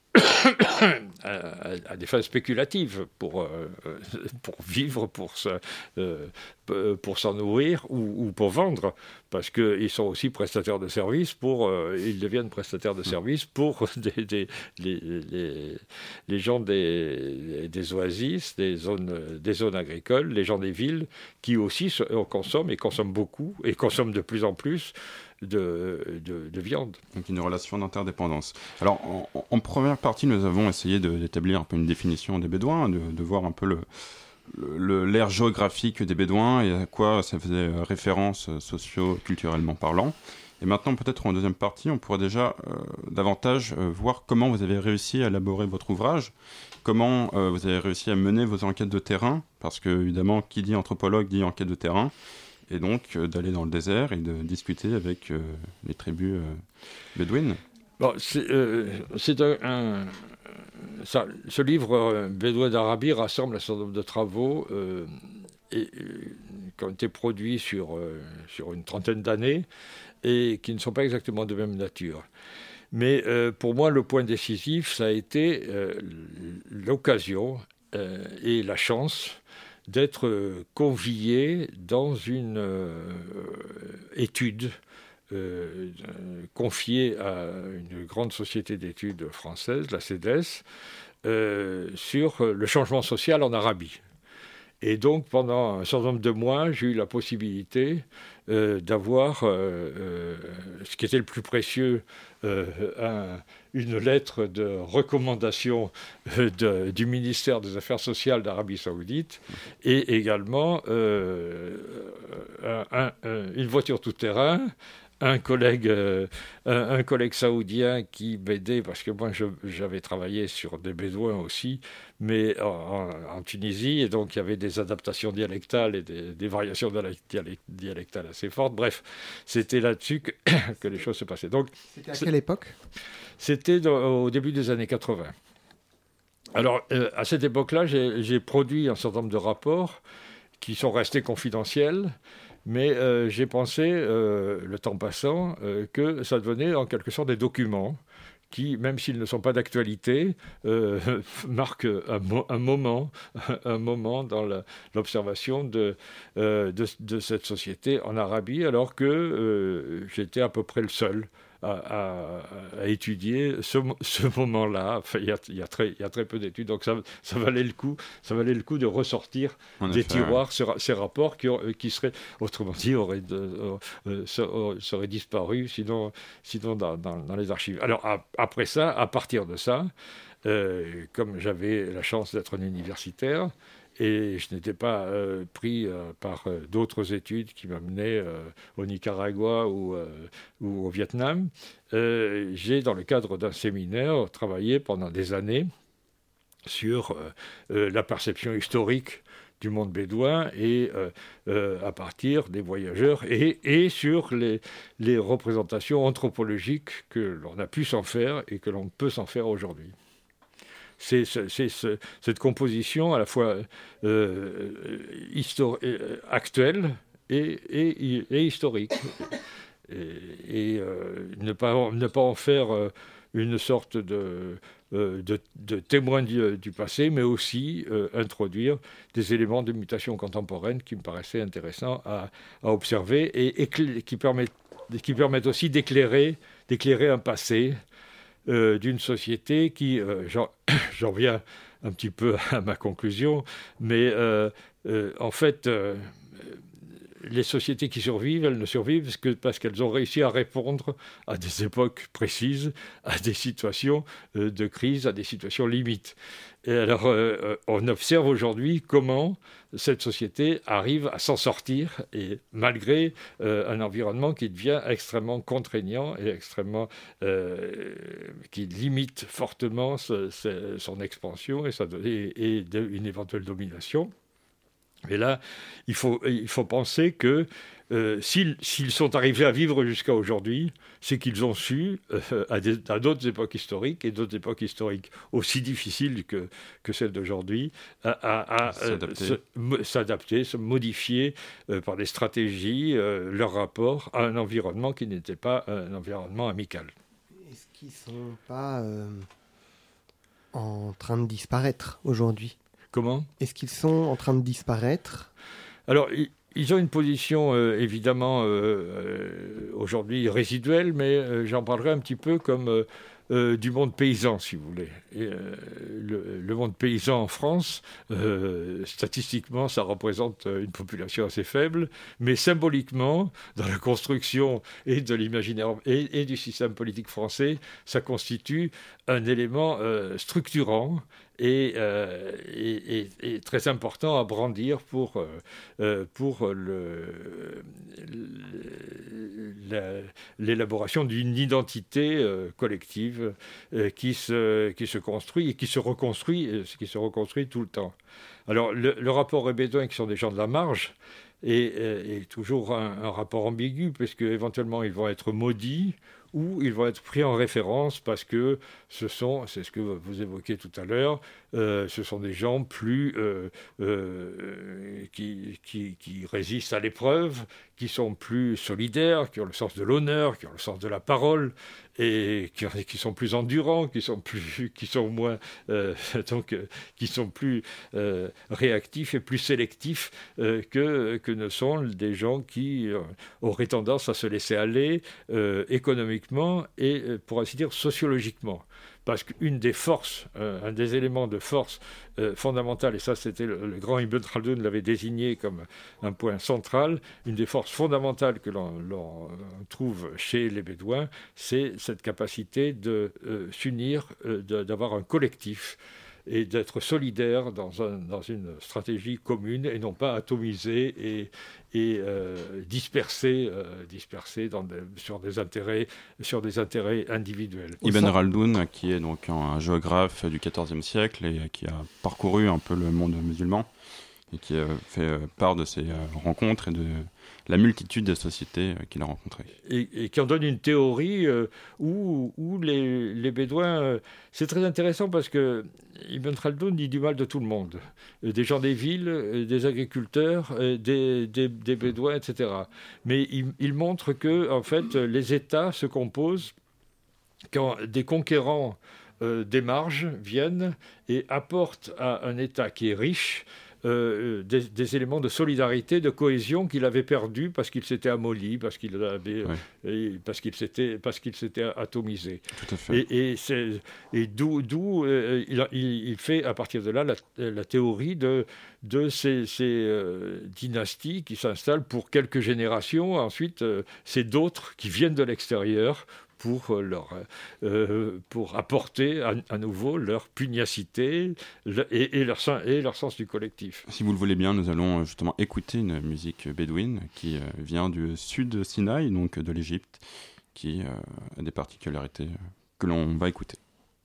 à, à des fins spéculatives pour, euh, pour vivre, pour, se, euh, pour s'en nourrir ou, ou pour vendre, parce qu'ils sont aussi prestataires de services, pour, euh, ils deviennent prestataires de services pour des, des, les, les, les gens des, des oasis, des zones, des zones agricoles, les gens des villes, qui aussi se, consomment et consomment beaucoup et consomment de plus en plus De, de, de viande. Donc une relation d'interdépendance. Alors en, en première partie, nous avons essayé de, d'établir un peu une définition des Bédouins, de, de voir un peu le, le, l'ère géographique des Bédouins et à quoi ça faisait référence socio-culturellement parlant. Et maintenant, peut-être en deuxième partie, on pourrait déjà euh, davantage euh, voir comment vous avez réussi à élaborer votre ouvrage, comment euh, vous avez réussi à mener vos enquêtes de terrain, parce que évidemment, qui dit anthropologue dit enquête de terrain. Et donc euh, d'aller dans le désert et de discuter avec euh, les tribus euh, bédouines. Bon, c'est, euh, c'est un, un ça, ce livre euh, Bédouins d'Arabie rassemble un certain nombre de travaux euh, et, euh, qui ont été produits sur, euh, sur une trentaine d'années et qui ne sont pas exactement de même nature. Mais euh, pour moi, le point décisif, ça a été euh, l'occasion euh, et la chance d'être convié dans une euh, étude euh, confiée à une grande société d'études française, la C E D E S, euh, sur le changement social en Arabie. Et donc, pendant un certain nombre de mois, j'ai eu la possibilité euh, d'avoir euh, euh, ce qui était le plus précieux, euh, un, une lettre de recommandation euh, de, du ministère des Affaires sociales d'Arabie Saoudite et également euh, un, un, une voiture tout-terrain un collègue, euh, un, un collègue saoudien qui m'aidait, parce que moi je, j'avais travaillé sur des bédouins aussi, mais en, en Tunisie, et donc il y avait des adaptations dialectales et des, des variations dialectales assez fortes. Bref, c'était là-dessus que, que les choses se passaient. Donc, c'était à quelle époque ? C'était dans, au début des années quatre-vingts. Alors, euh, à cette époque-là, j'ai, j'ai produit un certain nombre de rapports qui sont restés confidentiels, mais euh, j'ai pensé, euh, le temps passant, euh, que ça devenait en quelque sorte des documents qui, même s'ils ne sont pas d'actualité, euh, marquent un, mo- un moment, un moment dans la, l'observation de, euh, de, de cette société en Arabie, alors que euh, j'étais à peu près le seul À, à, à étudier ce, ce moment-là. Enfin, il y a, il y a très, il y a très peu d'études, donc ça, ça valait le coup, ça valait le coup de ressortir en des effet, tiroirs ouais. ces, ces rapports qui, qui seraient, autrement dit, auraient, de, euh, seraient, seraient disparus, sinon, sinon dans, dans, dans les archives. Alors à, après ça, à partir de ça, euh, comme j'avais la chance d'être un universitaire, et je n'étais pas euh, pris euh, par euh, d'autres études qui m'amenaient euh, au Nicaragua ou, euh, ou au Vietnam. Euh, j'ai, dans le cadre d'un séminaire, travaillé pendant des années sur euh, euh, la perception historique du monde bédouin et euh, euh, à partir des voyageurs et, et sur les, les représentations anthropologiques que l'on a pu s'en faire et que l'on peut s'en faire aujourd'hui. C'est, c'est, c'est, c'est cette composition à la fois euh, histori- actuelle et, et, et historique. Et, et euh, ne, pas, ne pas en faire euh, une sorte de, euh, de, de témoin du, du passé, mais aussi euh, introduire des éléments de mutation contemporaine qui me paraissaient intéressants à, à observer et, et qui, permettent, qui permettent aussi d'éclairer, d'éclairer un passé Euh, d'une société qui, euh, j'en, j'en viens un petit peu à ma conclusion, mais euh, euh, en fait, euh, les sociétés qui survivent, elles ne survivent que parce qu'elles ont réussi à répondre à des époques précises, à des situations euh, de crise, à des situations limites. Et alors, euh, on observe aujourd'hui comment cette société arrive à s'en sortir, et malgré euh, un environnement qui devient extrêmement contraignant et extrêmement, euh, qui limite fortement ce, ce, son expansion et, sa, et, et de, une éventuelle domination. Mais là, il faut, il faut penser que euh, s'ils, s'ils sont arrivés à vivre jusqu'à aujourd'hui, c'est qu'ils ont su, euh, à, des, à d'autres époques historiques, et d'autres époques historiques aussi difficiles que, que celles d'aujourd'hui, à, à, à s'adapter. Euh, se, s'adapter, se modifier euh, par des stratégies, euh, leur rapport à un environnement qui n'était pas un environnement amical. Est-ce qu'ils ne sont pas euh, en train de disparaître aujourd'hui ? Comment ? Est-ce qu'ils sont en train de disparaître ? Alors, ils, ils ont une position euh, évidemment euh, euh, aujourd'hui résiduelle, mais euh, j'en parlerai un petit peu comme euh, euh, du monde paysan, si vous voulez. Et, euh, le, le monde paysan en France, euh, statistiquement, ça représente une population assez faible, mais symboliquement, dans la construction et de l'imaginaire et, et du système politique français, ça constitue un élément euh, structurant Et, euh, et, et, et très important à brandir pour, euh, pour le, le, la, l'élaboration d'une identité euh, collective euh, qui, se, qui se construit et qui se reconstruit, euh, qui se reconstruit tout le temps. Alors, le, le rapport aux Bédouins, qui sont des gens de la marge, est, est toujours un, un rapport ambigu, puisque éventuellement ils vont être maudits, ou ils vont être pris en référence parce que ce sont, c'est ce que vous évoquiez tout à l'heure, euh, ce sont des gens plus euh, euh, qui, qui, qui résistent à l'épreuve, qui sont plus solidaires, qui ont le sens de l'honneur, qui ont le sens de la parole, et qui, qui sont plus endurants, qui sont plus, qui sont moins, euh, donc, euh, qui sont plus euh, réactifs et plus sélectifs euh, que que ne sont des gens qui euh, auraient tendance à se laisser aller euh, économiquement et, pour ainsi dire, sociologiquement. Parce qu'une des forces, euh, un des éléments de force euh, fondamentale, et ça c'était le, le grand Ibn Khaldoun l'avait désigné comme un point central, une des forces fondamentales que l'on, l'on trouve chez les Bédouins, c'est cette capacité de euh, s'unir, euh, de, d'avoir un collectif et d'être solidaires dans, un, dans une stratégie commune et non pas atomisés et, et euh, dispersés, euh, dispersés dans des, sur, des intérêts, sur des intérêts individuels. Ibn Khaldoun, qui est donc un géographe du quatorzième siècle et qui a parcouru un peu le monde musulman et qui a fait part de ses rencontres et de la multitude de sociétés qu'il a rencontrées. Et, et qui en donne une théorie euh, où, où les, les Bédouins... Euh, c'est très intéressant parce que Ibn Khaldoun dit du mal de tout le monde. Euh, des gens des villes, euh, des agriculteurs, euh, des, des, des Bédouins, et cetera. Mais il, il montre que, en fait, les États se composent quand des conquérants euh, des marges viennent et apportent à un État qui est riche Euh, des, des éléments de solidarité, de cohésion qu'il avait perdus parce qu'il s'était amolli, parce qu'il avait, ouais. et, parce qu'il s'était, parce qu'il s'était atomisé. Tout à fait. Et, et, c'est, et d'où, d'où euh, il, il fait à partir de là la, la théorie de, de ces, ces euh, dynasties qui s'installent pour quelques générations. Ensuite, euh, c'est d'autres qui viennent de l'extérieur pour, leur, euh, pour apporter à, à nouveau leur pugnacité le, et, et, leur, et leur sens du collectif. Si vous le voulez bien, nous allons justement écouter une musique bédouine qui euh, vient du sud Sinaï, donc de l'Égypte, qui euh, a des particularités que l'on va écouter.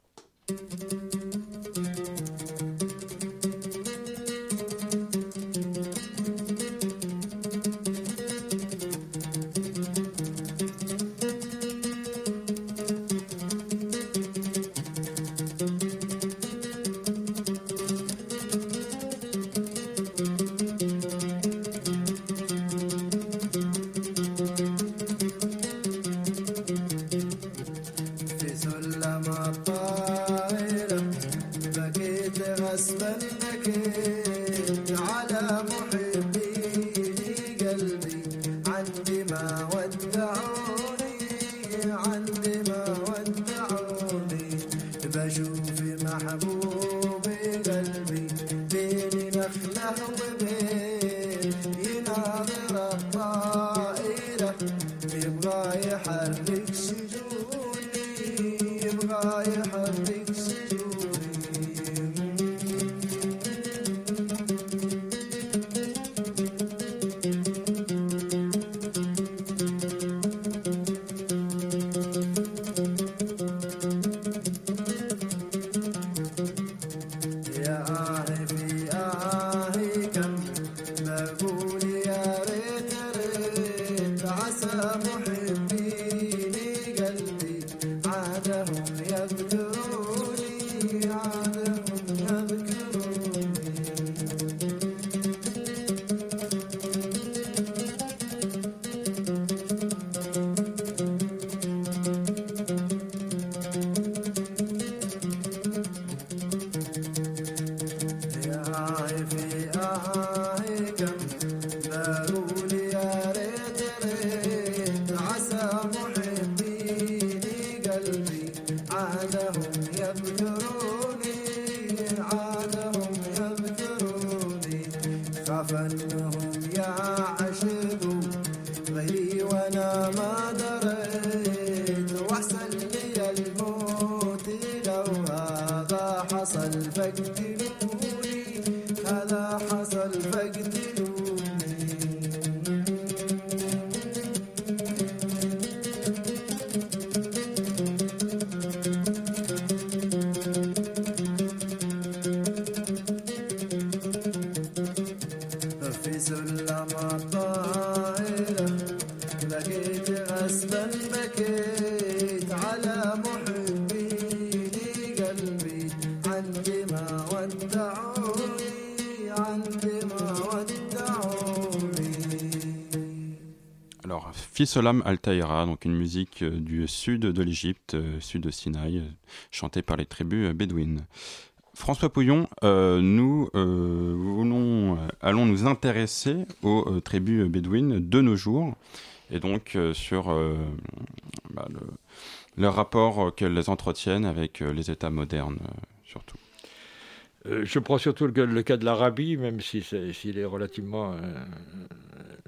Fisolam Al-Tahira, donc une musique du sud de l'Égypte, sud de Sinaï, chantée par les tribus bédouines. François Pouillon, euh, nous euh, voulons, allons nous intéresser aux euh, tribus bédouines de nos jours, et donc euh, sur euh, bah, le, le rapport qu'elles entretiennent avec euh, les États modernes, euh, surtout. Euh, je prends surtout le, le cas de l'Arabie, même si c'est, s'il est relativement euh,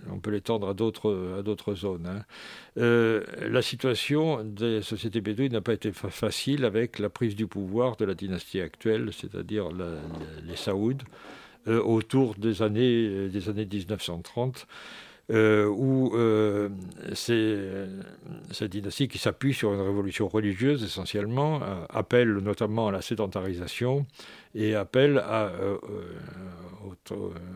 on peut l'étendre à d'autres, à d'autres zones. Hein. Euh, la situation des sociétés bédouines n'a pas été fa- facile avec la prise du pouvoir de la dynastie actuelle, c'est-à-dire la, la, les Saouds, euh, autour des années, des années dix-neuf cent trente. Euh, où euh, c'est cette dynastie qui s'appuie sur une révolution religieuse essentiellement, euh, appelle notamment à la sédentarisation et appelle à, euh, euh,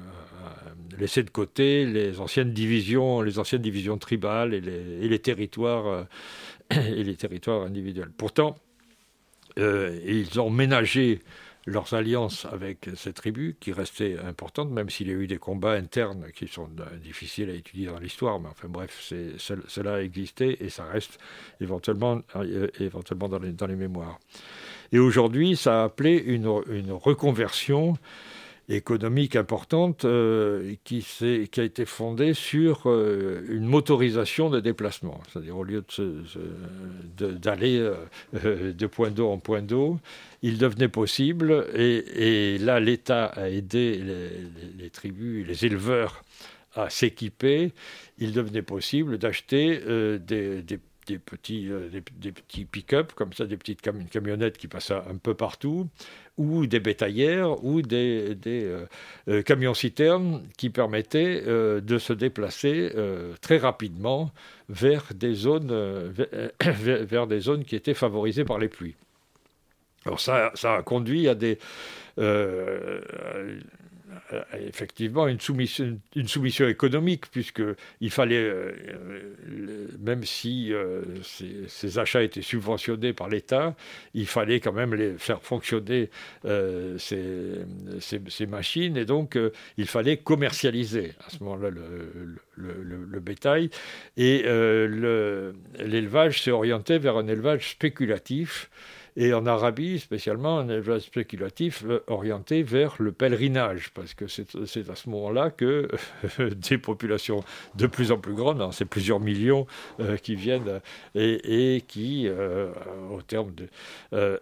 à laisser de côté les anciennes divisions, les anciennes divisions tribales et les, et les territoires euh, et les territoires individuels. Pourtant, euh, ils ont ménagé leurs alliances avec ces tribus, qui restaient importantes, même s'il y a eu des combats internes qui sont difficiles à étudier dans l'histoire, mais enfin bref, c'est, cela a existé et ça reste éventuellement, euh, éventuellement dans, les, dans les mémoires. Et aujourd'hui, ça a appelé une, une reconversion économique importante euh, qui, s'est, qui a été fondée sur euh, une motorisation des déplacements. C'est-à-dire, au lieu de se, de, d'aller euh, de point d'eau en point d'eau, il devenait possible, et, et là, l'État a aidé les, les, les tribus, les éleveurs à s'équiper. Il devenait possible d'acheter euh, des, des Des petits, euh, des, des petits pick-up, comme ça, des petites cam- camionnettes qui passaient un peu partout, ou des bétaillères, ou des, des euh, euh, camions-citernes qui permettaient euh, de se déplacer euh, très rapidement vers des zones, euh, vers, vers des zones qui étaient favorisées par les pluies. Alors ça, ça a conduit à des... Euh, effectivement une soumission, une soumission économique, puisqu'il fallait, euh, même si euh, ces, ces achats étaient subventionnés par l'État, il fallait quand même les faire fonctionner, euh, ces, ces, ces machines, et donc euh, il fallait commercialiser à ce moment-là le, le, le, le bétail, et euh, le, l'élevage s'est orienté vers un élevage spéculatif. Et en Arabie, spécialement, un élevage spéculatif orienté vers le pèlerinage, parce que c'est, c'est à ce moment-là que euh, des populations de plus en plus grandes, hein, c'est plusieurs millions euh, qui viennent et, et qui, euh, au terme de, euh,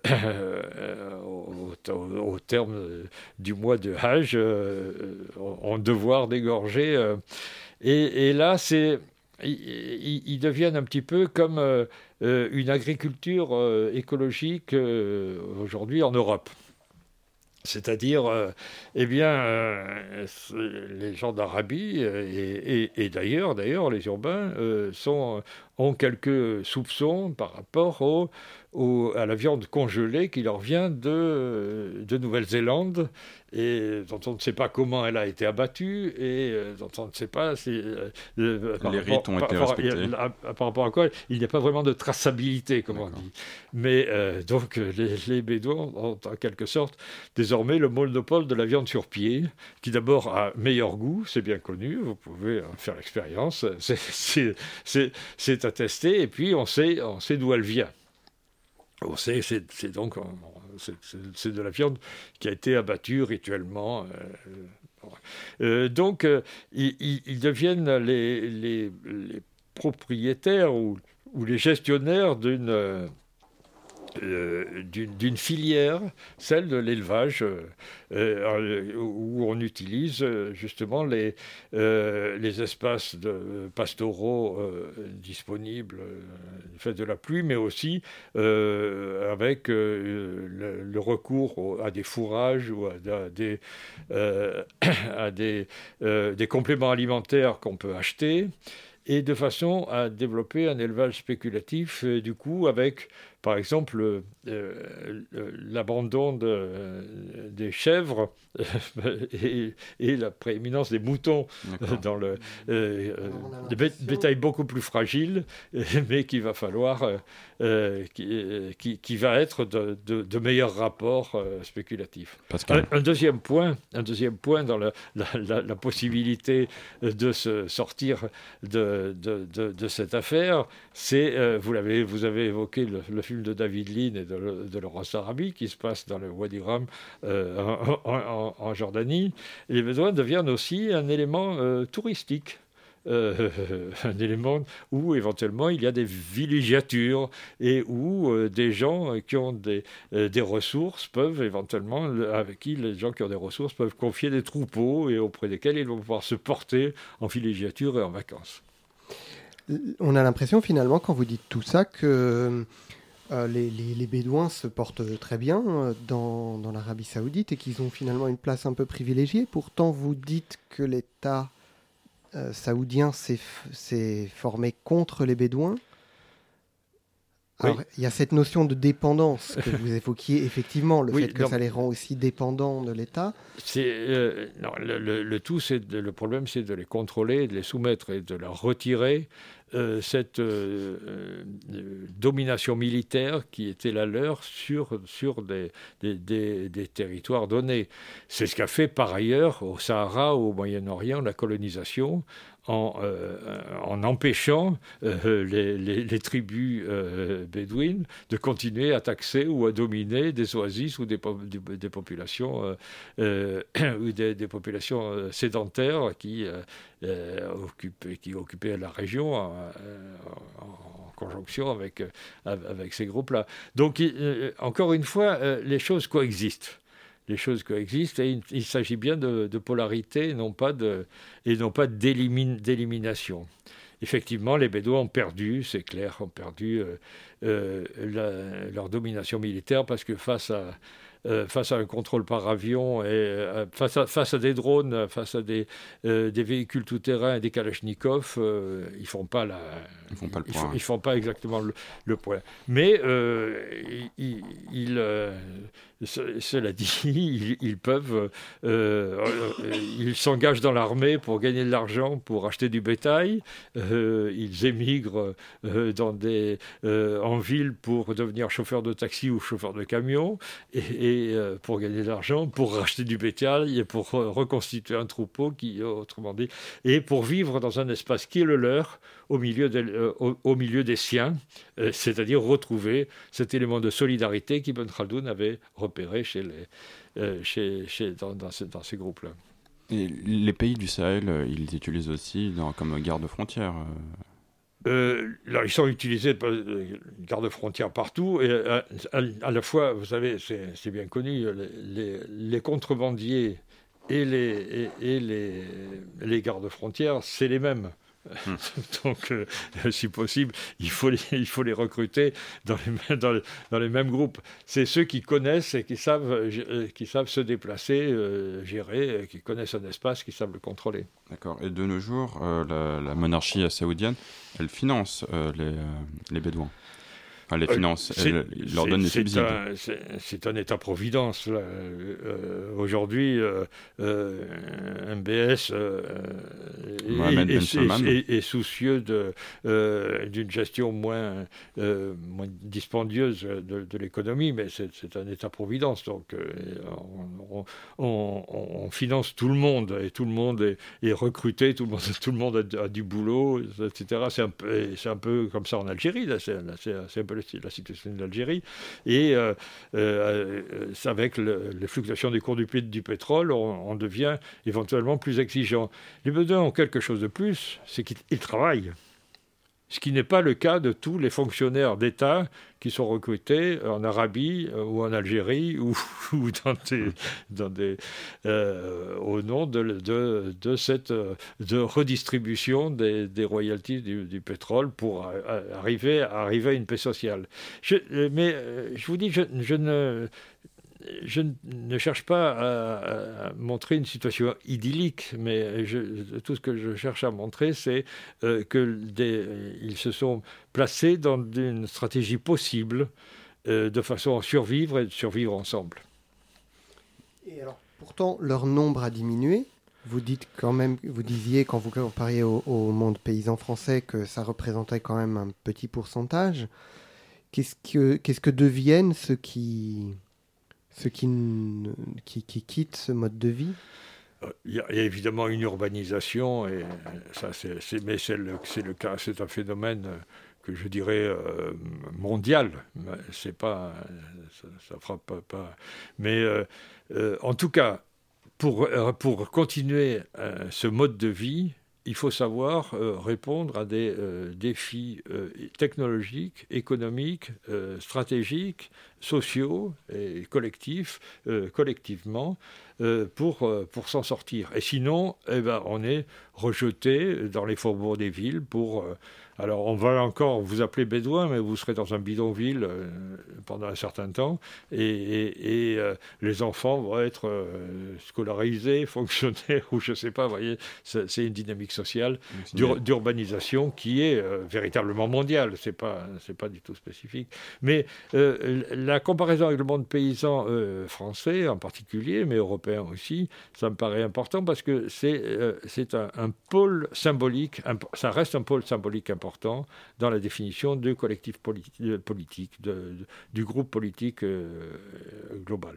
au, au, au terme du mois de Hajj, euh, ont devoir d'égorger. Euh, et, et là, c'est Ils, ils deviennent un petit peu comme euh, une agriculture euh, écologique euh, aujourd'hui en Europe. C'est-à-dire, euh, eh bien, euh, les gens d'Arabie euh, et, et, et d'ailleurs, d'ailleurs, les urbains euh, sont, ont quelques soupçons par rapport au, au, à la viande congelée qui leur vient de, de Nouvelle-Zélande, et dont on ne sait pas comment elle a été abattue, et euh, dont on ne sait pas si... Euh, euh, les rites ont par, été par, respectés. Par, par, par rapport à quoi il n'y a pas vraiment de traçabilité, comme D'accord. on dit. Mais euh, donc, les, les Bédouins ont en quelque sorte désormais le monopole de la viande sur pied, qui d'abord a meilleur goût, c'est bien connu, vous pouvez en faire l'expérience, c'est, c'est, c'est, c'est attesté, et puis on sait, on sait d'où elle vient. On sait, c'est, c'est donc c'est, c'est, c'est de la viande qui a été abattue rituellement. Euh, euh, donc, euh, ils, ils deviennent les, les, les propriétaires ou, ou les gestionnaires d'une, euh, d'une, d'une filière, celle de l'élevage, euh, euh, où on utilise justement les, euh, les espaces de, pastoraux euh, disponibles euh, du fait de la pluie, mais aussi euh, avec euh, le, le recours au, à des fourrages ou à, à des, euh, à des, euh, des compléments alimentaires qu'on peut acheter, et de façon à développer un élevage spéculatif, euh, du coup, avec, par exemple, euh, euh, l'abandon de, euh, des chèvres et, et la prééminence des moutons D'accord. dans le euh, euh, bé- bétail beaucoup plus fragile, mais qu'il va falloir, euh, euh, qui, qui, qui va être de, de, de meilleurs rapports euh, spéculatifs. Un, un deuxième point, un deuxième point dans la, la, la, la possibilité de se sortir de, de, de, de cette affaire, c'est, euh, vous l'avez, vous avez évoqué le, le film de David Lean et de, de Laurence Arabi qui se passe dans le Wadi Rum euh, en, en, en Jordanie. Et les Bédouins deviennent aussi un élément euh, touristique. euh, un élément où éventuellement il y a des villégiatures et où euh, des gens qui ont des, euh, des ressources peuvent éventuellement, avec qui les gens qui ont des ressources peuvent confier des troupeaux et auprès desquels ils vont pouvoir se porter en villégiature et en vacances. On a l'impression finalement quand vous dites tout ça que euh, les, les, les Bédouins se portent très bien euh, dans, dans l'Arabie Saoudite et qu'ils ont finalement une place un peu privilégiée. Pourtant vous dites que l'État euh, saoudien s'est, f- s'est formé contre les Bédouins. Alors, Oui. il y a cette notion de dépendance que vous évoquiez, effectivement, le Oui, fait que donc- ça les rend aussi dépendants de l'État. C'est, euh, non, le, le- le tout, c'est de- le problème, c'est de les contrôler, de les soumettre et de leur retirer euh, cette euh, euh, domination militaire qui était la leur sur, sur des, des, des- des territoires donnés. C'est ce qu'a fait par ailleurs au Sahara, au Moyen-Orient, la colonisation, en, euh, en empêchant euh, les, les- les tribus euh, bédouines de continuer à taxer ou à dominer des oasis ou des, po- des, des populations euh, euh, ou des, des populations euh, sédentaires qui, euh, euh, occupaient, qui occupaient la région en, en- en conjonction avec, euh, avec ces groupes-là. Donc, il- euh, encore une fois, euh, les choses coexistent. Les choses coexistent et il, il s'agit bien de, de polarité et non pas, de, et non pas d'élimin- d'élimination. Effectivement, les Bédouins ont perdu, c'est clair, ont perdu euh, euh, la- leur domination militaire parce que face à, euh, face à un contrôle par avion, et, euh, face, à, face à des drones, face à des, euh, des véhicules tout-terrain et des kalachnikovs, euh, ils ne font pas la, Ils font pas le ils point. font, ils font pas exactement le, le point. Mais euh, ils, ils, euh, ce- cela dit, ils, ils peuvent, euh, euh, ils s'engagent dans l'armée pour gagner de l'argent, pour acheter du bétail. Euh, ils émigrent euh, dans des, euh, en ville pour devenir chauffeur de taxi ou chauffeur de camion et, et euh, pour gagner de l'argent, pour racheter du bétail et pour euh, reconstituer un troupeau, qui, autrement dit, et pour vivre dans un espace qui est le leur, au milieu, de, euh, au, au milieu des siens, euh, c'est-à-dire retrouver cet élément de solidarité qu'Ibn Khaldoun avait repéré chez les, euh, chez, chez, dans, dans, ce, dans ces groupes-là. Et les pays du Sahel, euh, ils les utilisent aussi dans, comme garde-frontière. euh. Euh, là, ils sont utilisés par euh, gardes-frontières partout, et euh, à, à la fois, vous savez, c'est, c'est bien connu, les, les, les contrebandiers et les, et, et les, les gardes-frontières, c'est les mêmes. Hum. Donc, euh, si possible, il faut les, il faut les recruter dans les, dans, les, dans les mêmes groupes. C'est ceux qui connaissent et qui savent, euh, qui savent se déplacer, euh, gérer, qui connaissent un espace, qui savent le contrôler. D'accord. Et de nos jours, euh, la, la monarchie saoudienne, elle finance euh, les, euh, les Bédouins. Enfin, les finances, c'est, elle, il leur c'est, donne des c'est subsides. Un, c'est, c'est un État-providence. Là. Euh, aujourd'hui, euh, euh, M B S euh, Mohamed est, Ben Salman. est, est, est soucieux de, euh, d'une gestion moins, euh, moins dispendieuse de, de l'économie, mais c'est, c'est un État-providence. Donc, euh, on, on, on, on finance tout le monde, et tout le monde est, est recruté, tout le monde, tout le monde a, a du boulot, et cetera. C'est un peu, c'est un peu comme ça en Algérie, là, c'est, là, c'est, c'est un peu la situation de l'Algérie, et euh, euh, avec le, les fluctuations des cours du, du pétrole, on, on devient éventuellement plus exigeant. Les Bédouins ont quelque chose de plus, c'est qu'ils travaillent. Ce qui n'est pas le cas de tous les fonctionnaires d'État qui sont recrutés en Arabie euh, ou en Algérie ou, ou dans des, dans des, euh, au nom de, de, de cette de redistribution des, des royalties du, du pétrole pour a, a, arriver, arriver à une paix sociale. Je, mais euh, je vous dis, je, je ne... Je ne cherche pas à, à montrer une situation idyllique, mais je, tout ce que je cherche à montrer, c'est euh, qu'ils se sont placés dans une stratégie possible euh, de façon à survivre et de survivre ensemble. Et alors, pourtant, leur nombre a diminué. Vous dites quand même, vous disiez quand vous compariez au, au monde paysan français que ça représentait quand même un petit pourcentage. Qu'est-ce que, qu'est-ce que deviennent ceux qui... ceux qui, qui, qui quittent ce mode de vie? Il y a évidemment une urbanisation, et ça, c'est, c'est, mais c'est le, c'est le cas, c'est un phénomène que je dirais euh, mondial. C'est pas, ça, ça frappe pas, pas. Mais euh, euh, en tout cas, pour, pour continuer euh, ce mode de vie, il faut savoir euh, répondre à des euh, défis euh, technologiques, économiques, euh, stratégiques, sociaux et collectifs, euh, collectivement, euh, pour, euh, pour s'en sortir. Et sinon, eh ben, on est rejeté dans les faubourgs des villes pour... Euh, alors, on va encore vous appeler bédouin, mais vous serez dans un bidonville euh, pendant un certain temps, et, et, et euh, les enfants vont être euh, scolarisés, fonctionnaires, ou je ne sais pas, vous voyez, c'est, c'est une dynamique sociale d'ur- d'urbanisation qui est euh, véritablement mondiale, ce n'est pas, c'est pas du tout spécifique. Mais euh, la comparaison avec le monde paysan euh, français en particulier, mais européen aussi, ça me paraît important parce que c'est, euh, c'est un, un pôle symbolique, un, ça reste un pôle symbolique important important dans la définition de collectif politi- politique, de, de, du groupe politique euh, global.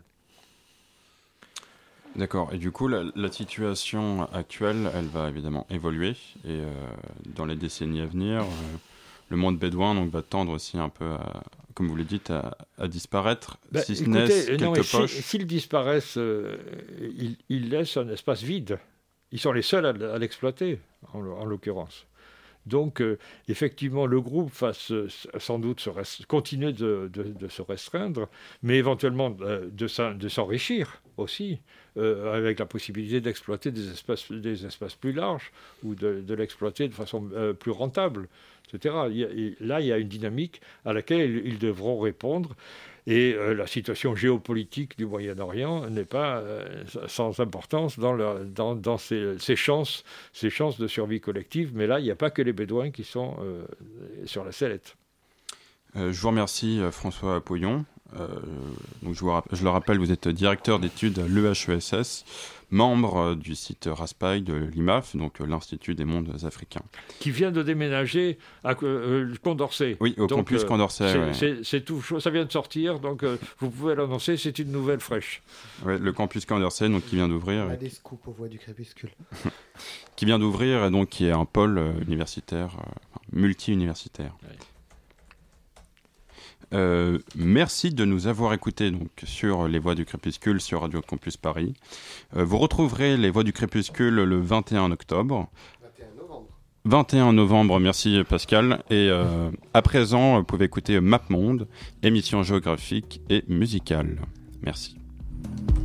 D'accord. Et du coup, la, la situation actuelle, elle va évidemment évoluer. Et euh, dans les décennies à venir, euh, le monde bédouin donc, va tendre aussi un peu, à, comme vous le dites, à, à disparaître, ben, si ce écoutez, n'est quelques non, poches. Si, s'ils disparaissent, euh, ils, ils laissent un espace vide. Ils sont les seuls à, à l'exploiter, en, en l'occurrence. Donc, euh, effectivement, le groupe va se, sans doute se rest... continuer de, de, de se restreindre, mais éventuellement euh, de, de s'enrichir aussi, euh, avec la possibilité d'exploiter des espaces, des espaces plus larges ou de, de l'exploiter de façon euh, plus rentable, et cetera. Il y a, et là, il y a une dynamique à laquelle ils, ils devront répondre. Et euh, la situation géopolitique du Moyen-Orient n'est pas euh, sans importance dans, leur, dans, dans ces, ces, chances, ces chances de survie collective. Mais là, il n'y a pas que les Bédouins qui sont euh, sur la sellette. Euh, je vous remercie, François Pouillon. Euh, donc je, vous rapp- je le rappelle, vous êtes directeur d'études à l'E H E S S, membre du site Raspail de l'I M A F, donc l'Institut des mondes africains. Qui vient de déménager à euh, Condorcet. Oui, au donc, campus euh, Condorcet. C'est, ouais. c'est, c'est tout, ça vient de sortir, donc euh, vous pouvez l'annoncer, c'est une nouvelle fraîche. Ouais, le campus Condorcet, donc qui vient d'ouvrir. On a des scoops aux voix du crépuscule. qui vient d'ouvrir et donc qui est un pôle euh, universitaire, euh, multi-universitaire. Ouais. Euh, merci de nous avoir écoutés donc, sur Les Voix du Crépuscule sur Radio Campus Paris. Euh, vous retrouverez Les Voix du Crépuscule le vingt et un octobre. vingt et un novembre. vingt et un novembre, merci Pascal. Et euh, à présent, vous pouvez écouter MapMonde, émission géographique et musicale. Merci.